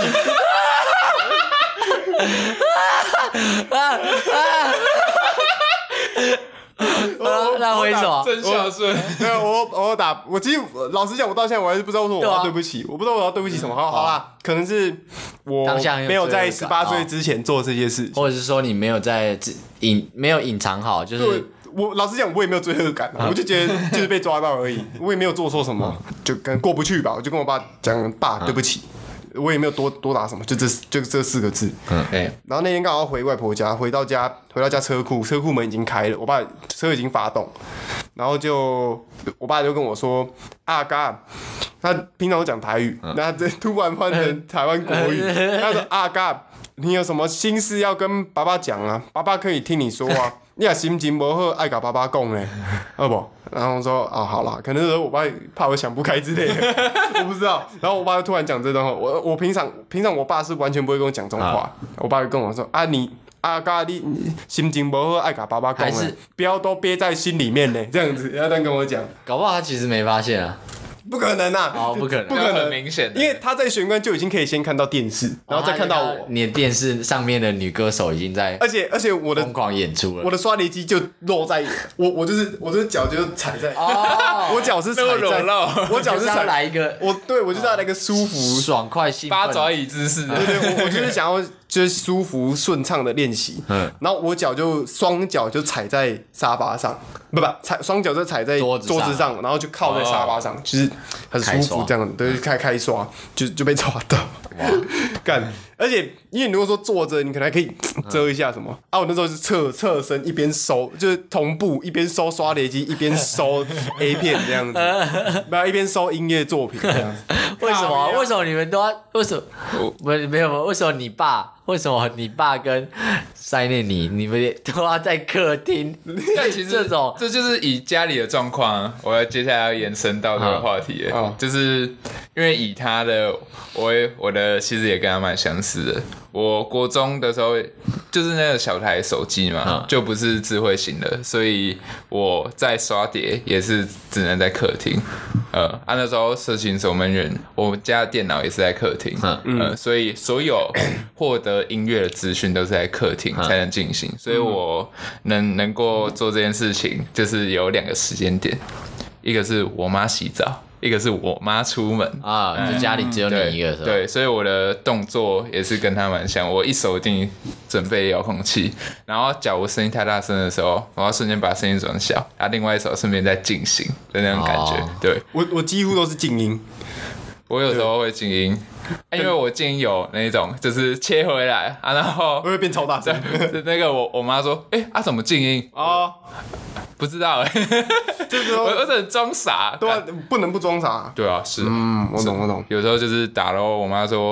那那回什么？ 真孝顺。 对啊，我我打我其实老实讲，我到现在我还是不知道为什么我要对不起，我不知道我要对不起什么。好好啦，可能是我没有在十八岁之前做这些事， 或者是说你没有在隐没有隐藏好，就是。 我老实讲，我也没有罪恶感、啊，我就觉得就是被抓到而已，我也没有做错什么，就可能过不去吧。我就跟我爸讲，爸，对不起，我也没有多多打什么，就这就这四个字。嗯，哎，然后那天刚好回外婆家，回到家回到家车库，车库门已经开了，我爸车已经发动，然后就我爸就跟我说，阿嘎。他平常都讲台语，那这突然换成台湾国语，他说阿嘎，你有什么心事要跟爸爸讲啊？爸爸可以听你说啊。你也心情不好，爱跟爸爸讲嘞，好不？然后说啊，好啦，可能是我爸怕我想不开之类的，我不知道。然后我爸就突然讲这段话，我我平常平常我爸是完全不会跟我讲这种话，啊、我爸就跟我说啊，你啊哥，你心情不好，爱跟爸爸讲嘞，不要都憋在心里面呢，这样子，要这样跟我讲。 搞不好他其实没发现啊。 不可能啊！ 哦，不可能， 不可能， 很明显， 因为他在玄关就已经可以先看到电视，然后再看到我。 你的电视上面的女歌手已经在， 而且而且我的疯狂演出了， 我的刷碟机就落在我我就是我这脚就踩在， 哦， 我脚是踩在，我脚是踩来一个， 我对我就是要来一个舒服、 爽快、兴奋、八爪椅姿势， 对对，我我就是想要就是舒服顺畅的练习，嗯，然后我脚就双脚就踩在沙发上，不不踩双脚就踩在桌子上，然后就靠在沙发上，就是很舒服。这样对，开开刷就就被抓到，干！而且因为你如果说坐着，你可能还可以遮一下什么啊。我那时候是侧侧身一边收，就是同步一边收刷碟机，一边收 A 片这样子，然后一边收音乐作品这样子。 为什么？为什么你们都要？为什么？没没有？为什么你爸？为什么你爸跟塞内你你们都要在客厅？ 但其实这种这就是以家里的状况，我要接下来要延伸到这个话题、嗯，就是因为以他的，我我的其实也跟他蛮相似的。我国中的时候就是那个小台手机嘛、嗯，就不是智慧型的，所以我在刷碟也是只能在客厅。呃，啊那时候色情守门员，我家的电脑也是在客厅，嗯、呃，所以所有获得音乐的资讯都是在客厅才能进行，所以我能能够做这件事情，就是有两个时间点，一个是我妈洗澡。一个是我妈出门啊，就家里只有你一个是吧？ 对，所以我的动作也是跟他蛮像。我一手一定准备遥控器，然后假如声音太大声的时候，我要瞬间把声音转小，啊，另外一手顺便再进行的那种感觉。哦、对， 我我几乎都是静音， 我有时候会静音。因为我静音有那种，就是切回来啊，然后会变超大声。 那个我我妈说，哎、欸、啊怎么静音啊？哦不知道哎、欸，就是我我只能装傻， 对啊，不能不装傻。 对啊，是， 嗯，我懂我懂。 有时候就是打了，我妈说，哦，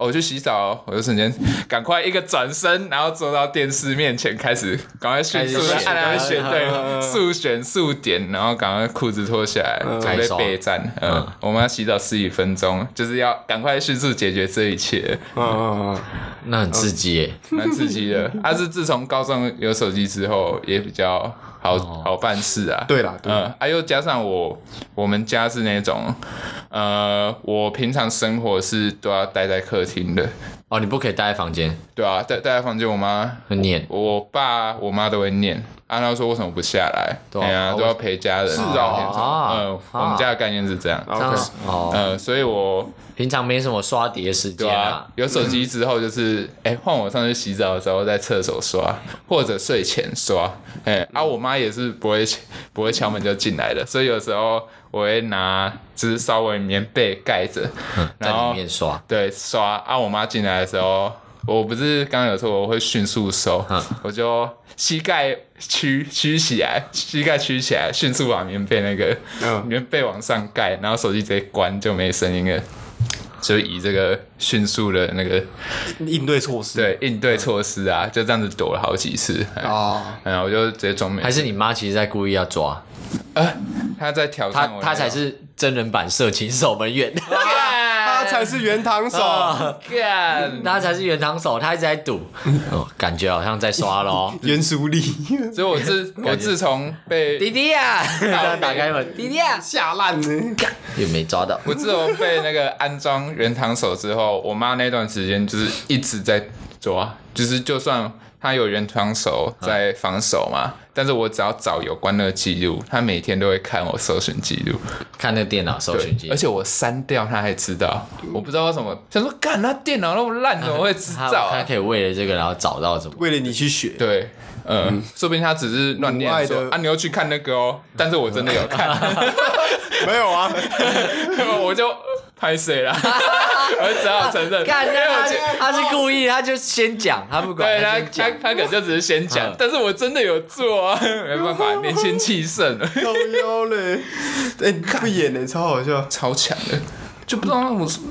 我去洗澡，我就瞬间赶快一个转身，然后坐到电视面前，开始赶快迅速的按按选对速选速点，然后赶快裤子脱下来，准备备战。嗯，我们要洗澡十几分钟，就是要赶快迅速解决这一切。 嗯嗯嗯， 那很刺激耶， 蛮刺激的。但是自从高中有手机之后，也比较好好办事啊。 对啦，对啦， 嗯，啊又加上我我们家是那种，呃，我平常生活是都要待在客厅的。 哦，你不可以待在房间， 对啊，待待在房间，我妈会念， 我爸我妈都会念。啊，他说为什么不下来？对啊，都要陪家人。 是哦， 嗯，我们家的概念是这样。 这样哦， 嗯，所以我平常没什么刷碟时间啊。 有手机之后，就是哎，换我上去洗澡的时候在厕所刷，或者睡前刷。哎，啊，我妈也是不会不会敲门就进来的，所以有时候我会拿就是稍微棉被盖着， 在里面刷。 对，刷。啊，我妈进来的时候。我不是刚刚有说我会迅速收，我就膝盖屈屈起来，膝盖屈起来，迅速把棉被那个、嗯、棉被往上盖，然后手机直接关就没声音了。就以这个迅速的那个应对措施， 对应对措施啊，就这样子躲了好几次哦，然后我就直接装没。 还是你妈其实在故意要抓？ 呃，她在挑战我， 她才是真人版色情守门员。 他才是原堂手， 干， 他才是原堂手，他一直在赌，哦，感觉好像在刷咯。 原属力， 所以我自我自从被弟弟啊，这样打开门，弟弟啊， 下烂了， 又没抓到。 我自从被那个安装原堂手之后，我妈那段时间就是一直在抓，就是就算她有原堂手在防守嘛。但是我只要找有关的记录，他每天都会看我搜寻记录， 看那个电脑搜寻记录， 而且我删掉他还知道，我不知道为什么，想说干他电脑那么烂，怎么会知道、啊他？他可以为了这个然后找到什么？ 为了你去学， 对，嗯，嗯说不定他只是乱念说啊，你要去看那个哦，但是我真的有看， 没有啊， 我就拍谁啦。我只好承认， 干他他是故意，他就先讲，他不管， 对他他他可能就只是先讲，但是我真的有做啊，没办法，年轻气盛了， 靠腰嘞，哎，不演呢，超好笑， 超强的，就不知道我是，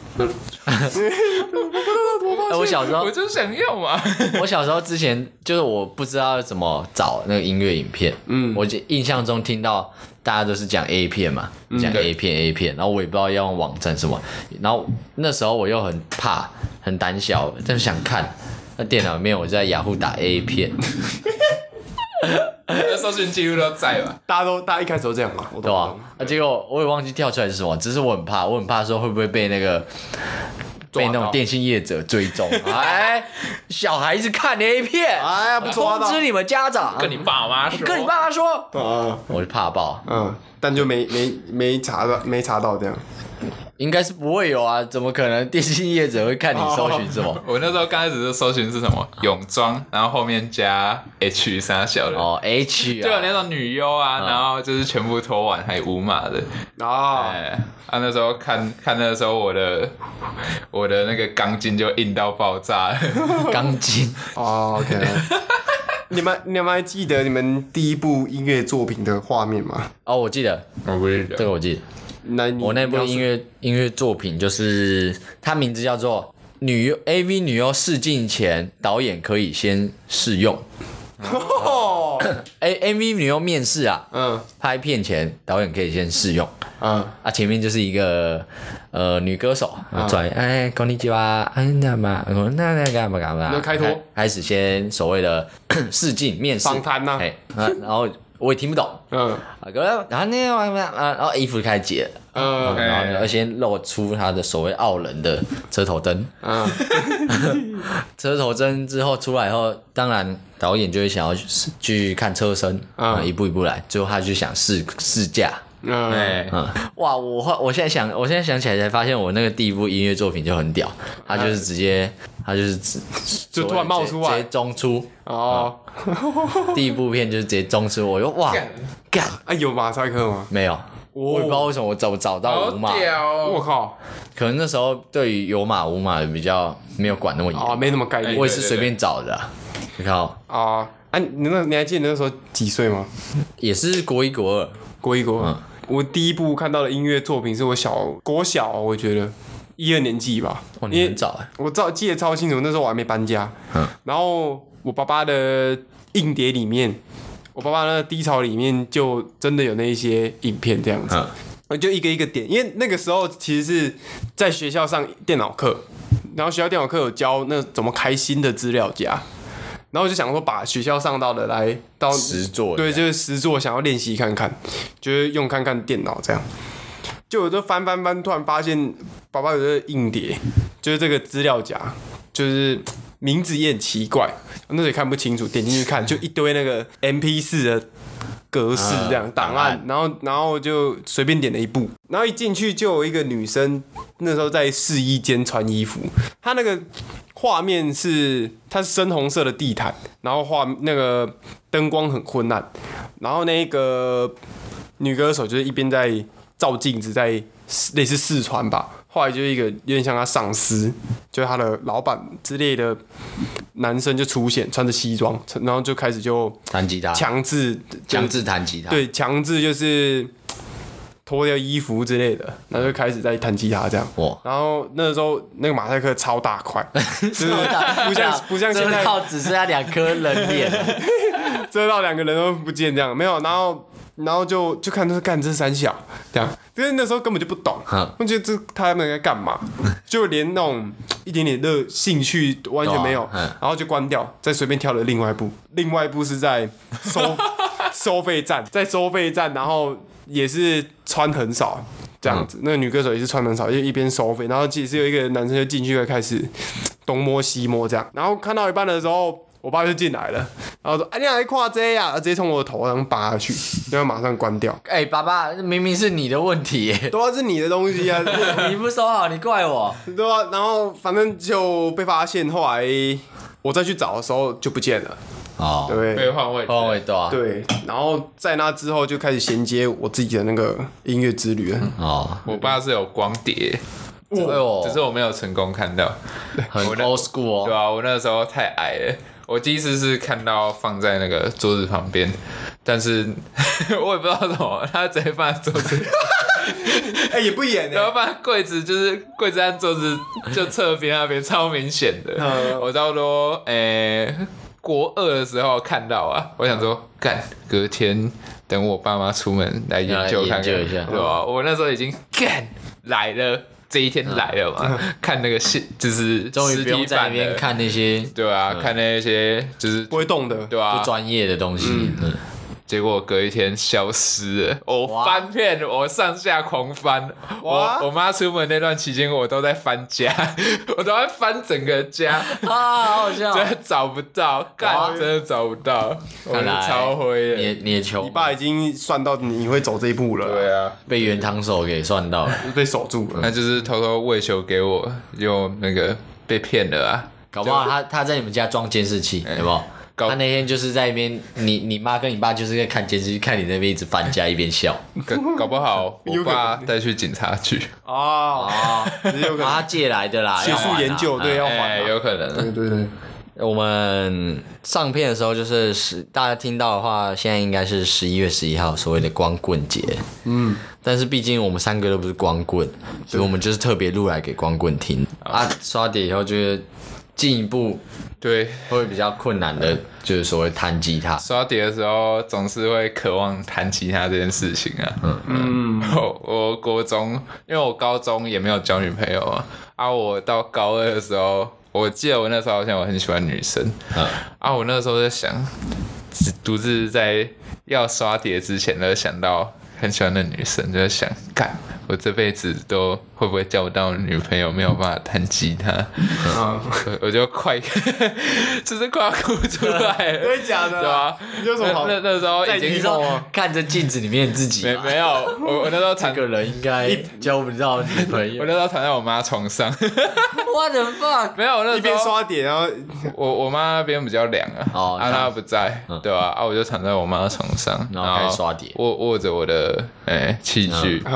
我小时候我就想要嘛， 我小时候之前就是我不知道怎么找那个音乐影片，嗯，我印象中听到。大家都是讲 A 片嘛，讲 A 片 A 片，然后我也不知道要用网站什么，然后那时候我又很怕，很胆小，但是想看，那电脑里面我就在雅虎打 A 片， 那搜寻记录都在嘛， 大家都大家一开始都这样嘛， 对吧？啊，结果我也忘记跳出来是什么，只是我很怕，我很怕说会不会被那个。被那种电信业者追踪，哎，小孩子看 A 片， 哎呀，不抓到， 通知你们家长， 跟你爸妈说， 跟你爸妈说， 啊， 我就怕爆， 嗯，但就没没没查到，没查到这样。 应该是不会有啊，怎么可能电信业者会看你搜寻什么？ 我那时候刚开始就搜寻是什么泳装，然后后面加 H 啥小的哦 H 啊， 就有那种女优啊，嗯、然后就是全部脱完还无码的哦。 哎，啊那时候看看那时候我的我的那个钢筋就硬到爆炸了， 钢筋哦 OK。你们你们还记得你们第一部音乐作品的画面吗？ 哦，我记得， 我不记得， 这个我记得。 那我那部音乐音乐作品就是它名字叫做女优 A V 女优试镜前，导演可以先试用。哦，A A V 女优面试啊，嗯，拍片前导演可以先试用，嗯，啊前面就是一个呃女歌手转哎こんにちは，哎那嘛那那干嘛干嘛， 那开头开始先所谓的试镜面试访谈呐， 哎，然后。我也听不懂，嗯，啊，然后那啊，然后衣服开始解了，嗯，然后要先露出他的所谓傲人的车头灯，嗯，车头灯之后出来后，当然导演就会想要去看车身，啊、嗯，一步一步来，最后他就想试试驾。嗯嗯，哇！我我现在想，我现在想起来才发现，我那个第一部音乐作品就很屌，他就是直接，他就是直就突然冒出来， 直接中出哦、嗯。第一部片就是直接中出，我就哇干！ 啊，有马赛克吗？ 没有，我也不知道为什么我找找到无码。 我靠！ 可能那时候对于有码无码的比较没有管那么严， 哦，没那么概念。 我也是随便找的、啊，你看哦。 啊啊！你那你还记得你那时候几岁吗？ 也是国一国二， 国一国二。嗯我第一部看到的音乐作品是我小国小，我觉得一二年级吧， 哦，你很早哎， 我照记得超清楚，那时候我还没搬家。嗯，然后我爸爸的硬碟里面，我爸爸那个低潮里面就真的有那一些影片这样子，我、嗯、就一个一个点，因为那个时候其实是在学校上电脑课，然后学校电脑课有教那怎么开新的资料夹。然后我就想说，把学校上到的来到实作， 对，就是实作，想要练习看看，就是用看看电脑这样。就我就翻翻翻，突然发现爸爸有这个硬碟，就是这个资料夹，就是名字也很奇怪，那时候也看不清楚，点进去看就一堆那个 M P 四 的格式这样档案，然后然后就随便点了一部，然后一进去就有一个女生，那时候在试衣间穿衣服，她那个。画面是它是深红色的地毯，然后画那个灯光很昏暗，然后那个女歌手就是一边在照镜子，在类似试穿吧，后来就一个有点像她上司，就是她的老板之类的男生就出现，穿着西装，然后就开始就弹吉他， 强制强制弹吉他， 对，强制就是。脱掉衣服之类的，然后就开始在弹吉他这样。哇！然后那时候那个马赛克超大块，就是不像不像现在， 只剩下两颗人脸， 遮到两个人都不见这样，没有。然后然后就就看这是干这三小这样，因为那时候根本就不懂，我觉得这他们在干嘛，就连那种一点点的兴趣完全没有，然后就关掉，再随便跳了另外一部，另外一部是在收收费站，在收费站，然后。也是穿很少这样子，嗯、那个女歌手也是穿很少，就一边收费，然后其实有一个男生就进去就开始东摸西摸这样，然后看到一半的时候，我爸就进来了，然后说：“哎、啊，你来看这呀！”直接从我的头上扒下去，然后马上关掉。 哎、欸，爸爸，明明是你的问题耶， 都是你的东西啊！ 你不收好，你怪我。 对啊，然后反正就被发现，后来我再去找的时候就不见了。 哦， 对， 被换位， 换位对啊， 对，然后在那之后就开始衔接我自己的那个音乐之旅了。 哦，我爸是有光碟， 哎呦， 只是我没有成功看到， 很 old school 哦。 对啊，我那时候太矮了，我第一次是看到放在那个桌子旁边，但是我也不知道什么，他直接放在桌子。 哎、欸，也不演哎、欸， 然后放在柜子，就是柜子和桌子就侧边那边超明显的。嗯、我差不多诶。欸国二的时候看到啊，我想说，干隔天等我爸妈出门来研究看看， 研究一下， 对吧？我那时候已经干来了，这一天来了嘛，嗯、看那个现就是终于不用在那边看那些， 对啊，嗯、看那些就是不会动的， 对啊， 不专业的东西。嗯嗯结果隔一天消失了，我翻遍，我上下狂翻。我我妈出门那段期间，我都在翻家，我都在翻整个家啊，好好笑， 真的找不到，干真的找不到，我超灰的。 你你的球， 你爸已经算到你会走这一步了。 对啊， 被原堂手给算到了， 被守住了。 那就是偷偷喂球给我，就那个被骗了啊。 搞不好他他在你们家装监视器，有没有？他那天就是在那边，你你妈跟你爸就是在看监视器，看你那边一直翻家一边笑， 搞搞不好我爸带去警察局哦哦， 有可能他借来的啦， 学术研究对要还， 有可能， 对对对。 我们上片的时候就是十，大家听到的话，现在应该是十一月十一号，所谓的光棍节。嗯，但是毕竟我们三个都不是光棍，所以我们就是特别录来给光棍听啊。刷碟以后就是进一步。 对， 会比较困难的，就是所谓弹吉他。 刷碟的时候，总是会渴望弹吉他这件事情啊。嗯嗯，我我国中，因为我高中也没有交女朋友啊。啊，我到高二的时候，我记得我那时候好像我很喜欢女生。嗯，啊，我那时候在想，独自在要刷碟之前，就想到很喜欢的女生，就在想，干。我这辈子都会不会交不到女朋友，没有办法弹吉他，嗯、我就快，就是快要哭出来了， 真的假的？ 对吧？ 有什么好？ 那那时候已经看着镜子里面自己， 没没有，我我那时候弹这个人应该交不到女朋友。 我那时候躺在我妈床上 ，What the fuck？ 没有，我那时候一边刷碟，然后我我妈那边比较凉啊，哦、啊她不在，嗯、对吧、啊？啊我就躺在我妈床上， 然后开始刷碟， 握握着我的诶器具。嗯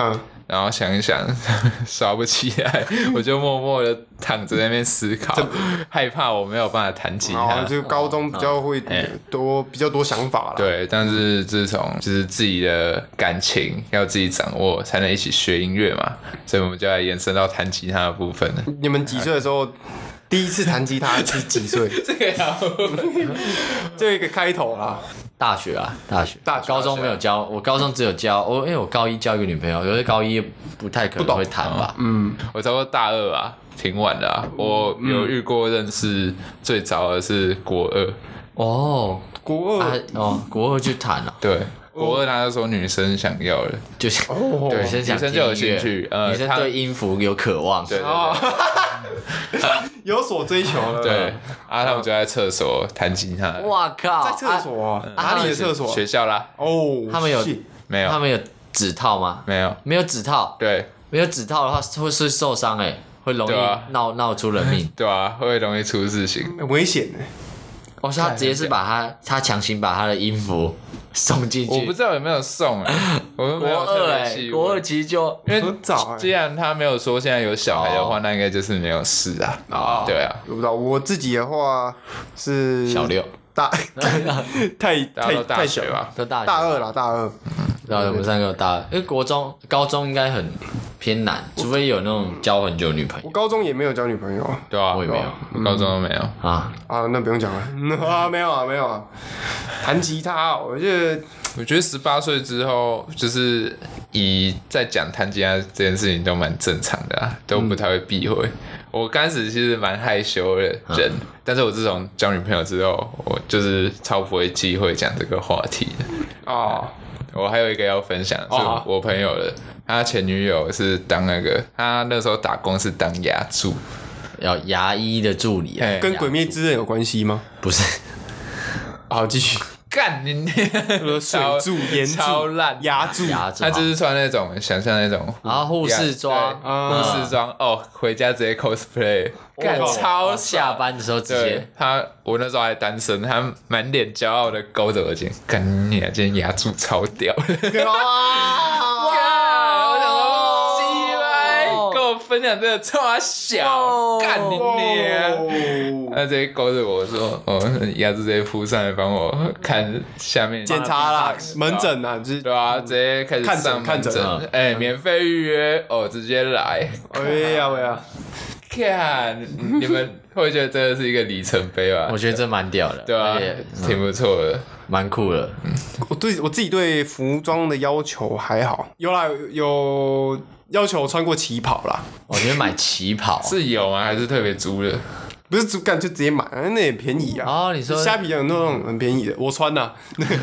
然后想一想刷不起来，我就默默的躺着在那边思考，害怕我没有办法弹吉他。 就高中比较会多、欸、比较多想法啦。 对，但是自从就是自己的感情要自己掌握，才能一起学音乐嘛，所以我们就来延伸到弹吉他的部分了。 你们几岁的时候第一次弹吉他是几岁？ 这个要这一个开头啦。 大学啊，大学， 大学高中没有教，我高中只有教我，因为我高一交一个女朋友，可是高一不太可能会弹吧。 嗯， 我差不多大二啊，挺晚的啊。我有遇过认识最早的是国二。 哦， 国二、 啊、哦，国二去弹了、啊。 对。国二他就说女生想要的， 就是哦， 女生想女生就有兴趣，呃， 女生对音符有渴望， 对对对， 有所追求了。 对，啊，他们就在厕所弹吉他。 哇靠， 在厕所、啊啊、 哪里的厕所？ 学校啦。 哦， 他们有没有？ 他们有指套吗？ 没有， 没有指套。 对， 没有指套的话会是受伤哎，会容易闹闹、啊、出人命。 对啊，会容易出事情， 很危险哎。 哦，是他直接是把他他强行把他的音符送进去， 我不知道有没有送哎、欸，我们没有特别细问。 国二其实就因为早、欸，既然他没有说现在有小孩的话，哦、那应该就是没有事啊。 哦、 对啊， 我不知道，我自己的话是小六， 大太太太小吧， 都大大二啦，大二。 然后我们三个大二，因为国中、高中应该很偏难，除非有那种交很久的女朋友。 我高中也没有交女朋友啊， 对啊， 我也没有， 我高中都没有啊啊，那不用讲了啊，没有啊，没有啊。弹吉他，我觉得， 我觉得十八岁之后，就是以在讲弹吉他这件事情都蛮正常的啊，都不太会避讳。嗯、我刚开始其实蛮害羞的人，嗯、但是我自从交女朋友之后，我就是超不会忌讳讲这个话题的哦。 我还有一个要分享，是我朋友的，他前女友是当那个，他那时候打工是当牙助， 要牙医的助理、啊， 跟《鬼灭之刃》有关系吗？ 不是。 好，继续。 干你！ 水柱、盐柱、 超烂牙柱， 他就是穿那种，想象那种， 然后护士装， 护士装哦，回家直接 cosplay， 干超下班的时候直接。 他我那时候还单身，他满脸骄傲的勾着我肩，干你啊，今天牙柱超屌！哇！我想说，鸡掰，跟我分享这个超小，干你娘！他直接勾着我说：“哦，牙柱直接扑上来帮我看下面检查啦，门诊啊，就是对啊，直接开始上门诊，哎，免费预约哦，直接来。 哎呀喂呀， 看你们会觉得这个是一个里程碑吧？ 我觉得这蛮屌的， 对啊，挺不错的， 蛮酷的。 我对我自己对服装的要求还好，有啦有要求穿过旗袍啦。 我觉得买旗袍是有吗？还是特别租的？” 不是主干就直接买，那也便宜啊。 哦，你说虾皮有那种很便宜的，我穿呐、啊。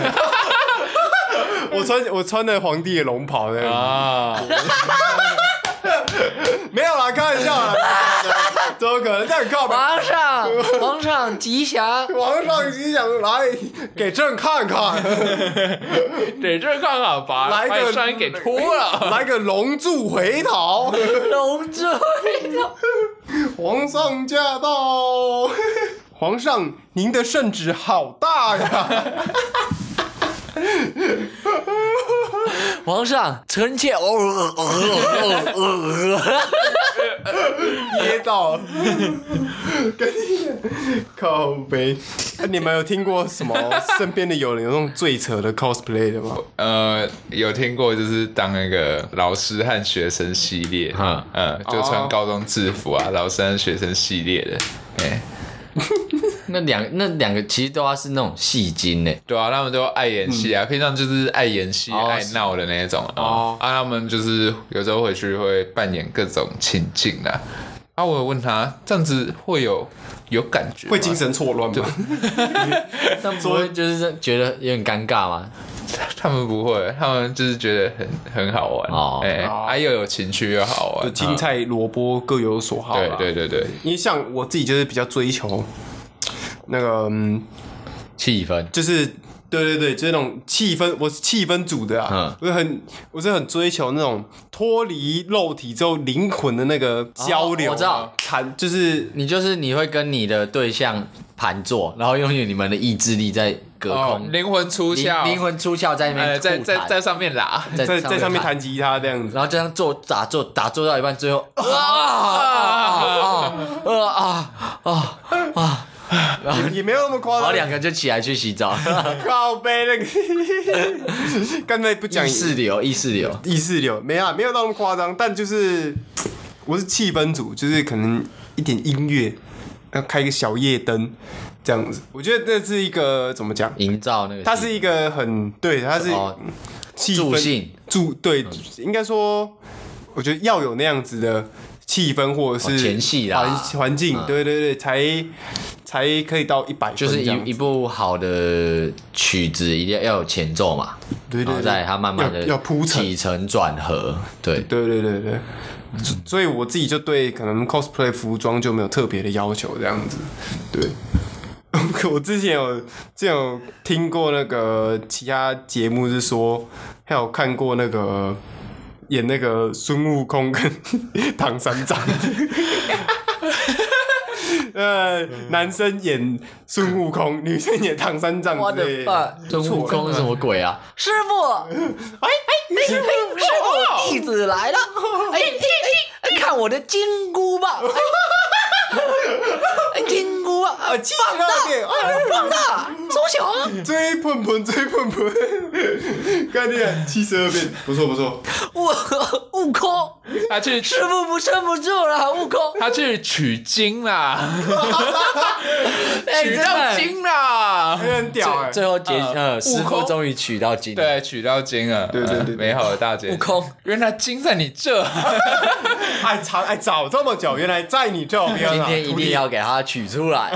我穿我穿的皇帝的龙袍的啊。没有啦，开玩笑啦，怎么可能这样靠北？ 皇上，皇上吉祥， 皇上吉祥，来给朕看看， 给朕看看，把来个衫给脱了， 来个龙柱回逃， 龙柱回逃， 皇上驾到，皇上您的圣旨好大呀。 皇上，臣妾哦哦哦哦哦，噎到了，跟你靠北。你们有聽過什麼身邊的有人有那種最扯的 cosplay 的嗎？ 呃，有聽過，就是當那個老師和學生系列，嗯嗯，就穿高中制服啊，老師和學生系列的，哎。 那两那兩個其實都要是那種戲精呢， 對啊，他們都愛演戲啊，嗯、平常就是愛演戲、哦、愛鬧的那種哦、嗯。啊，他們就是有時候回去會扮演各種情境啊。啊，我有問他，這樣子會有有感覺嗎？ 會精神錯亂嗎？ 他們不會就是覺得有點尷尬嗎？ 他們不會，他們就是覺得很很好玩哦，哎、欸，啊又有情趣又好玩， 青菜蘿蔔各有所好。 對對對對， 因為像我自己就是比較追求那個嗯氣氛， 就是。 对对对，就是那种气氛，我是气氛组的啊，嗯、我是很我是很追求那种脱离肉体之后灵魂的那个交流。哦、 我知道， 谈就是你就是你会跟你的对象盘坐，然后用你们的意志力在隔空， 灵、哦、魂出窍， 灵魂出窍在那边、呃， 在在在上面拉， 在在在上面弹吉他这样子， 然后这样做打坐打坐到一半，最后啊啊啊啊啊！ 也没有那么夸张， 然后两个就起来去洗澡， 靠背那个，刚才不讲意识流，意识流， 意识流，没啊，没有那么夸张，但就是我是气氛组，就是可能一点音乐，要开一个小夜灯这样子，我觉得这是一个怎么讲， 营造那个， 它是一个很对，它是气氛助兴助对，嗯、应该说，我觉得要有那样子的气氛或者是前戏啦， 环环境，嗯、对对对，才。才可以到一百分， 就是一一部好的曲子一定要有前奏嘛， 对对对， 然后再它慢慢的要铺陈起承转合，对对对对对，嗯、所以我自己就对可能 cosplay 服装就没有特别的要求这样子，对。我之前有之前有听过那个其他节目是说，还有看过那个演那个孙悟空跟唐三藏。呃，男生演孙悟空，女生演唐三藏之类的。 孙悟空是什么鬼啊？师傅，哎哎师傅，弟子来了，哎哎哎，看我的金箍棒，哎，金箍啊，放大，放大，缩小， 追喷喷，追喷喷，概念七十二变，不错不错。 悟悟空， 他去师傅不撑不住了，悟空， 他去取经啦。 取到经啦， 很屌哎！ 最后结呃，师傅终于取到经， 对，取到经了， 对对对， 美好的大结局。 悟空， 原来经在你这， 爱藏爱找这么久，原来在你这边。 今天一定要给他取出来。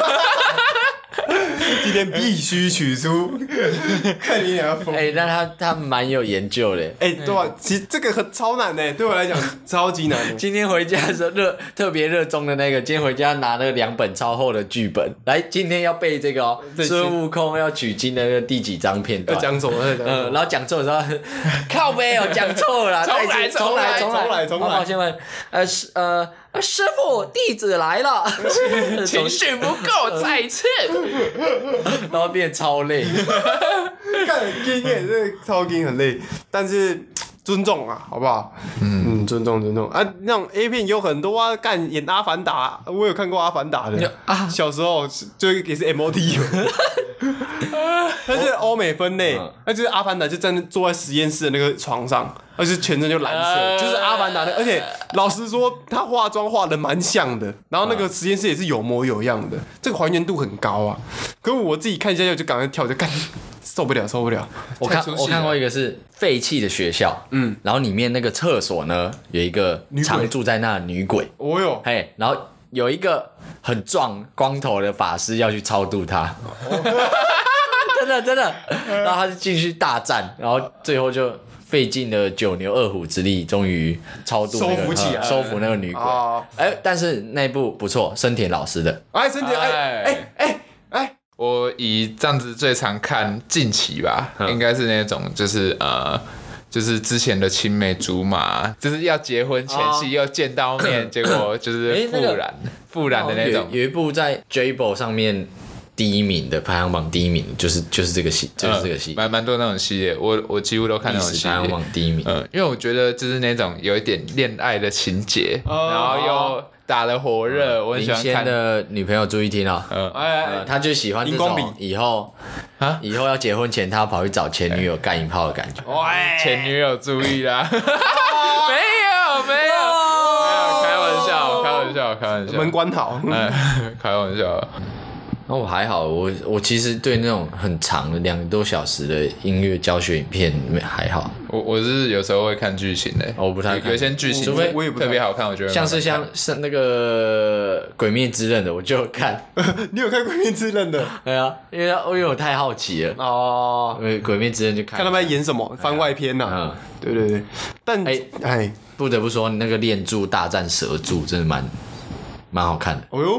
今天必须取出，看你俩疯。 哎、欸，但他他蛮有研究的。 哎、欸，对啊，其实这个很超难的，对我来讲超级难的。 今天回家的时候热特别热衷的那个，今天回家拿那个两本超厚的剧本，来，今天要背这个哦，孙悟空要取经的那个第几章片段？ 讲错了， 嗯，然后讲错的时候，靠背哦，讲错了， 重来， 重来，重来，重来。 抱歉问，呃，是呃。师傅，弟子来了， 情绪不够，再一次， 然后变超累， 干很惊耶，这超惊很累，但是尊重啊，好不好？嗯嗯，尊重尊重啊，那种 A 片有很多啊，干演阿凡达，我有看过阿凡达的，啊、小时候就也是 M O D。它是欧美分类，那、嗯、就是阿凡达就站坐在实验室的那个床上，而且全身就蓝色，呃、就是阿凡达的。而且老实说，他化妆化的蛮像的，然后那个实验室也是有模有样的，这个还原度很高啊。可是我自己看一下就赶快跳，就干受不了，受不了。 我看我看过一个是废弃的学校，嗯，然后里面那个厕所呢有一个常住在那的女鬼， 哦哟， 嘿，然后有一个很壮光头的法师要去超度他。真的真的，然后他就继续大战，然后最后就费尽了九牛二虎之力，终于超度、那個、 收服起来， 收服那个女鬼。哎、哦欸，但是那一部不错，深田老师的。 哎，深田，哎哎哎哎， 我以这样子最常看近期吧，嗯、应该是那种就是呃。就是之前的青梅竹马，就是要结婚前夕又见到面，哦、结果就是复燃、复燃的那种。 有, 有一部在 Jable 上面第一名的排行榜第一名，就是就是这个系，就是这个系， 蛮蛮、嗯、多那种系列，我我几乎都看那种系列。 排行榜第一名， 嗯，因为我觉得就是那种有一点恋爱的情节，哦、然后又打得火热，嗯、我很喜欢看。林谦的女朋友注意听哦，嗯，哎哎，他就喜欢这种以后。啊！以后要结婚前，他要跑去找前女友干一炮的感觉。 喂，前女友注意啦！没有，没有，没有，开玩笑，开玩笑，开玩笑。 门关好。 哎，开玩笑。 那我还好，我我其实对那种很长的两个多小时的音乐教学影片还好。 我我是有时候会看剧情的， 我不太看。 有一些剧情， 除非我也不特别好看，我觉得像是像是那个《鬼灭之刃》的，我就看。 你有看《鬼灭之刃》的？ 对啊，因为因为我太好奇了哦。因为《鬼灭之刃》就看看他们在演什么番外篇呐、啊。嗯，对对对。但哎哎、欸， 不得不说，那个炼柱大战蛇柱真的蛮蛮好看的。 哦哟。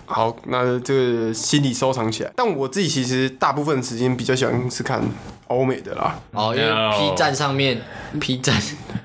好，那这个心里收藏起来。但我自己其实大部分时间比较喜欢是看欧美的啦。 哦，因为 P 站上面 P 站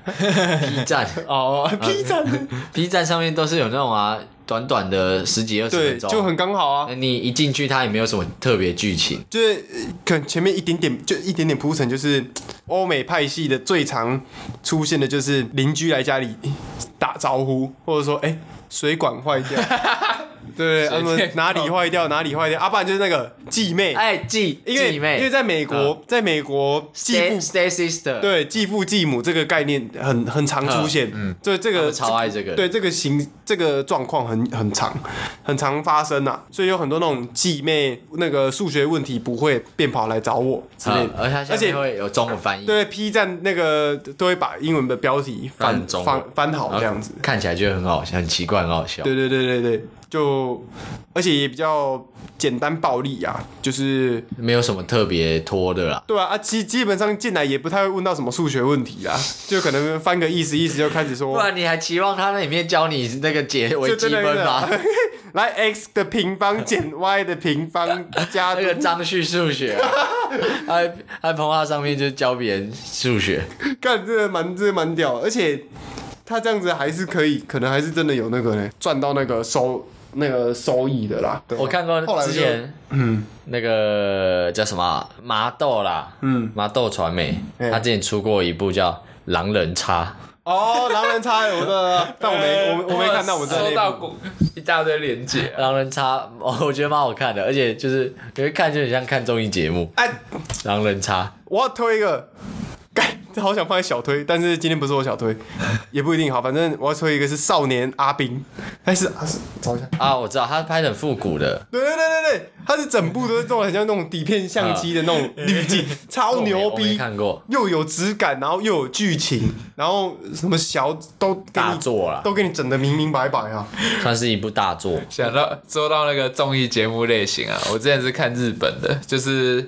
P 站哦 ，P 站 P 站上面都是有那种啊，短短的十几二十对， 分钟， 就很刚好啊。 你一进去，它也没有什么特别剧情， 就是可能前面一点点，就一点点铺陈，就是欧美派系的最常出现的就是邻居来家里打招呼，或者说哎、欸、水管坏掉。对，他们哪里坏掉哪里坏掉，啊，不然就是那个继妹， 哎，继因为继妹， 因为在美国，嗯、在美国继父 stay sister， 对，继父继母这个概念很很常出现，嗯，对这个超爱这个， 对这个形这个状况很很常很常发生啊，所以有很多那种继妹那个数学问题不会便跑来找我之类的， 而且而且会有中文翻译， 对 P 站那个都会把英文的标题翻翻翻好这样子， 看起来就很好笑，很奇怪，很好笑， 对对对对对。就而且也比较简单暴力啊，就是没有什么特别拖的啦。 对啊，啊基基本上进来也不太会问到什么数学问题啦，就可能翻个意思意思就开始说。 不然你还期望他那里面教你那个解微积分吗？ 来 x 的平方减 y 的平方加那个张旭数学、啊，还还碰到上面就教别人数学， 干这个蛮这个蛮屌，而且他这样子还是可以，可能还是真的有那个呢，赚到那个收。那个收益的啦， 我看过之前，嗯，那个叫什么麻豆啦，嗯，麻豆传媒，他之前出过一部叫《狼人杀》。 哦，狼人杀有的，但我没我我没看到，我收到一大堆连结。 狼人杀，我觉得蛮好看的，而且就是你会看就很像看综艺节目。哎，狼人杀， 我要推一个。好想放在小推，但是今天不是我小推，也不一定好。反正我要推一个是少年阿兵，但是啊是找一下啊，我知道他拍的很复古的， 对对对对对，他是整部都是这种很像那种底片相机的那种滤镜，超牛逼， 看过， 又有质感，然后又有剧情，然后什么小都给你大作啦， 都给你整得明明白白啊， 算是一部大作。 想到说到那个综艺节目类型啊，我之前是看日本的，就是。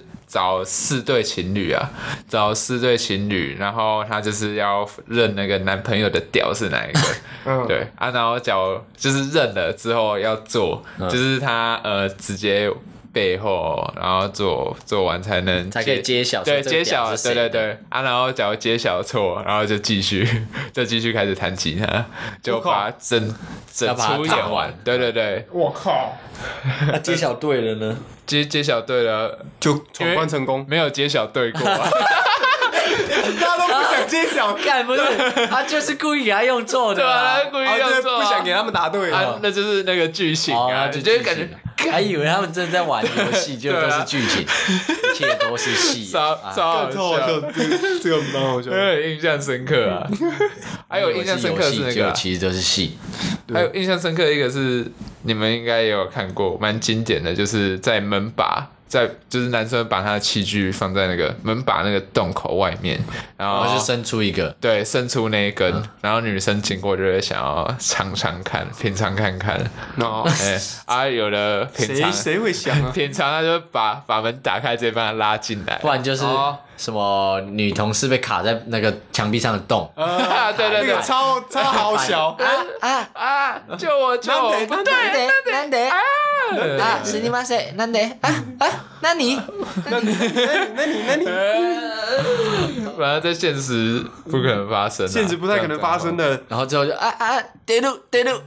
找四对情侣啊，找四对情侣，然后他就是要认那个男朋友的屌是哪一个，嗯、对啊，然后脚就是认了之后要做，嗯、就是他呃直接背后，然后做做完才能才可以揭晓， 对揭晓，对对对啊，然后假如揭晓错，然后就继续就继续开始弹吉他，就把整整出演完，对对对， 我靠， 那揭晓对了呢？ 揭揭晓对了， 就闯关成功， 没有揭晓对过、啊。 大家都不想揭晓， 干不是？他就是故意给他用错的、啊， 对啊，故意用错、 啊，不想给他们答对啊，那就是那个剧情啊，就觉得感觉。 还以为他们真的在玩游戏，就都是剧情，一切都是戏， 超超好笑， 这个这个蛮好笑， 有印象深刻啊。还有印象深刻是那个， 其实都是戏。 还有印象深刻的一个是你们应该也有看过，蛮经典的，就是在门把。在就是男生把他的器具放在那个门把那个洞口外面，然后就伸出一个， 对，伸出那一根，嗯、然后女生经过就会想要尝尝看，品尝看看。哦，哎、欸，啊，有的品尝， 谁谁会想啊？ 品尝他就把把门打开，直接把他拉进来， 不然就是。哦什么女同事被卡在那个墙壁上的洞？ 啊，对对对， 那个超超好小啊啊啊！救我救我！不对， なんで啊啊！すみません，なんで啊啊？那你那你那你那你， 反正在现实不可能发生， 现实不太可能发生的。 然后之后就啊啊，跌入跌入，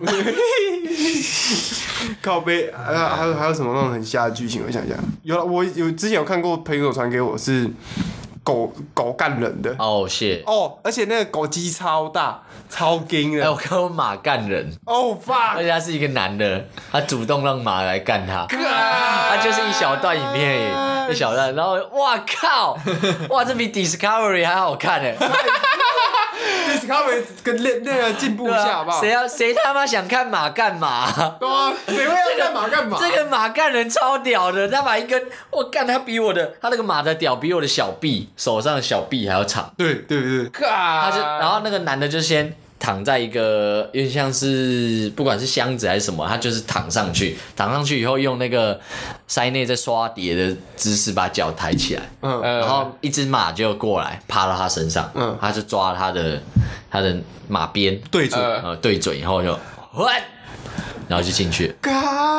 靠背啊，还有还有什么那种很瞎的剧情？我想想，有了，我有之前有看过朋友传给我是。狗狗干人的哦，谢哦，而且那个狗鸡超大，超硬的。 哎，我看过马干人哦 fuck， 而且他是一个男的，他主动让马来干他，他就是一小段影片而已，一小段，然后哇靠，哇这比 Discovery 还好看哎。 Discovery 跟那那个进步一下好不好？ 谁要谁他妈想看马干马？ 对啊，谁会要看马干马？ 这个马干人超屌的，他把一根，我干他比我的，他那个马的屌比我的小臂手上的小臂还要长。 对对对， 他就然后那个男的就先躺在一个有点像是不管是箱子还是什么，他就是躺上去，躺上去以后用那个塞内在刷碟的姿势把脚抬起来，嗯，然后一只马就过来趴到他身上，嗯，他就抓他的他的马鞭对准， 呃对准以后就，然然后就进去。 干，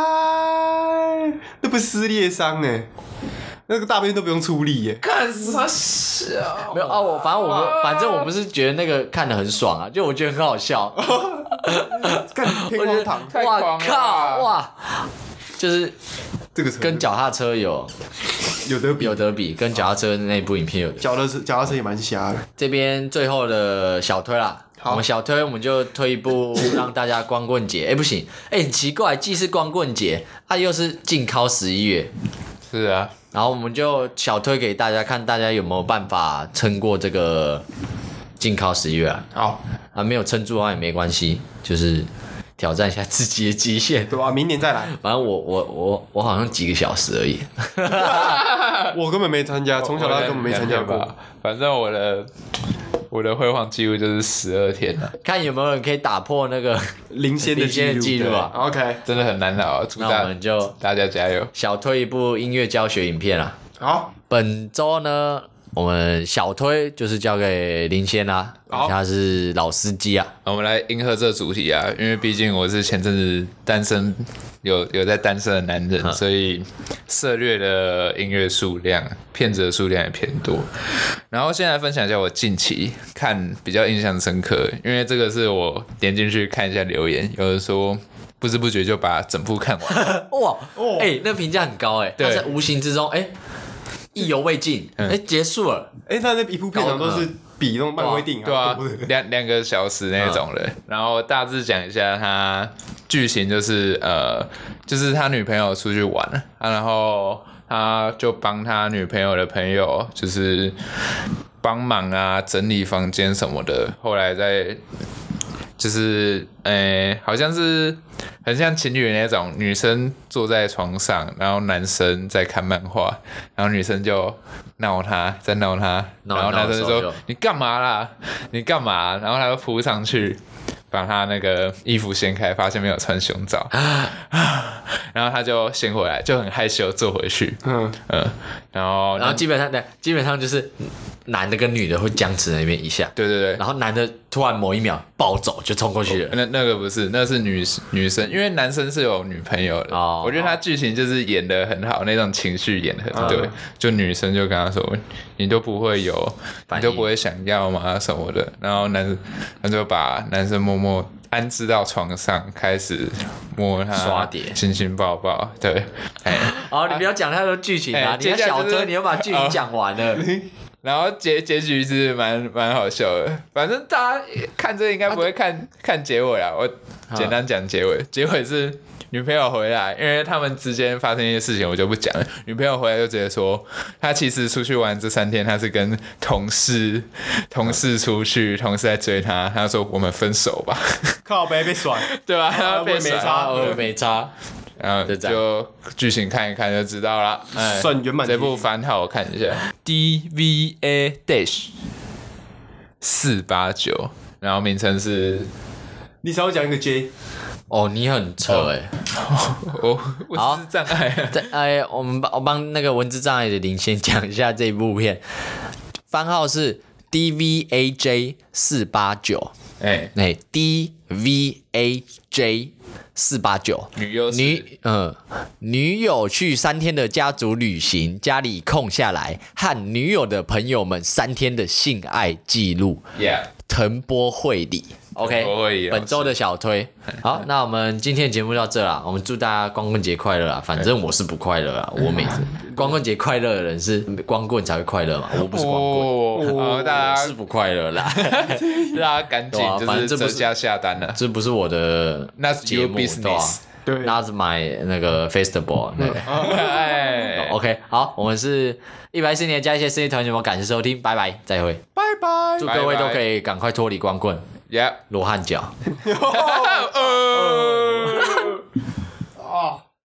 那不是撕裂伤哎，那个大便都不用出力耶。 干啥笑？ 没有啊，我反正我们反正我们是觉得那个看得很爽啊，就我觉得很好笑。 干天荒唐， 哇太狂了靠哇！就是这个跟脚踏车有有得比， 有得比，跟脚踏车那部影片有得比。 脚踏车脚踏车也蛮瞎的。 这边最后的小推啦，我们小推我们就推一部让大家光棍节。哎、欸，不行，哎、欸，很奇怪，既是光棍节，啊又是禁靠十一月。 是啊， 然后我们就小推给大家看，大家有没有办法撑过这个禁靠十一月啊？ 好啊，没有撑住的话也没关系，就是挑战一下自己的极限。 对吧？明年再来。 反正我我我我好像几个小时而已。 我根本没参加，从小到大根本没参加过。 反正我的我的辉煌记录就是十二天了， 看有没有人可以打破那个领先的记录啊 ！OK， 真的很难熬，祝大那我们就大家加油。 小推一部音乐教学影片啦。 好， 本周呢，我们小推就是交给林先啦， 好他是老司机啊。 我们来迎合这个主题啊，因为毕竟我是前阵子单身，有有在单身的男人，所以涉猎的音乐数量、片子的数量也偏多。然后先来分享一下我近期看比较印象深刻，因为这个是我点进去看一下留言，有人说不知不觉就把整部看完了。 哇，哎、欸，那评价很高哎、欸，他对在无形之中哎、欸、意犹未尽，哎、欸、结束了。 哎，他那一部片长都是比那种漫威电影对啊多的， 两两个小时那种的。然后大致讲一下他剧情，就是呃，就是他女朋友出去玩了啊，然后他就帮他女朋友的朋友，就是帮忙啊，整理房间什么的。后来在就是诶、好像是很像情侣那种，女生坐在床上，然后男生在看漫画，然后女生就闹他，在闹他， 闹然后男生就闹的时候就说你干嘛啦？你干嘛？然后他就扑上去，把他那个衣服掀开，发现没有穿胸罩，然后他就掀回来，就很害羞坐回去， 嗯嗯，然后然后基本上对，基本上就是男的跟女的会僵持在那边一下， 对对对， 然后男的突然某一秒暴走就冲过去了。 那那个不是，那是女女生，因为男生是有女朋友的。 哦我觉得他剧情就是演的很好，那种情绪演的很对。 嗯就女生就跟他说：“你都不会有， 反应你都不会想要吗？什么的。”然后男他就把男生默默安置到床上，开始摸他， 刷碟亲亲抱抱。对，哎， 好，你不要讲太多剧情啊， 哎你要接下来就是小推，你要把剧情讲完了。 然后结结局是蛮蛮好笑的，反正大家看这应该不会看、看结尾啦，我简单讲结尾。结尾是女朋友回来，因为他们之间发生一些事情，我就不讲了。女朋友回来就直接说，她其实出去玩这三天，她是跟同事同事出去，同事在追她，她说我们分手吧， 靠背被甩， 对吧？她我也没被甩差我也没差， 然后就这样就剧情看一看就知道了。哎， 算圆满结局这部番号我看一下，D V A dash 四八九，然后名称是你少讲一个 J， 哦，你很扯哎、 我我是障碍啊。 在哎，我们帮我帮那个文字障碍的林先讲一下这部片，番号是 D V A J 四八九， 哎， 哎 D V A J 四八九。 女优是女嗯，女友去三天的家族旅行，家里空下来，和女友的朋友们三天的性爱记录， ，Yeah， 腾波会理。OK， 腾波会理本周的小推。好，那我们今天的节目到这啦，我们祝大家光棍节快乐啊！反正我是不快乐啊，我每次光棍节快乐的人是光棍才会快乐嘛，我不是光棍， 哦，大家我是不快乐啦。 大家赶紧对啊就是反正这不是折价下单了， 这不是我的那是节 your 目，对吧 business。 对， 那是买那个 festival 那个。 哎 OK，好，我们是一百四年加一些世界团结，我感谢收听，拜拜，再会。 拜拜祝。各位拜拜都可以赶快脱离光棍 ，Yeah， 罗汉脚。 呃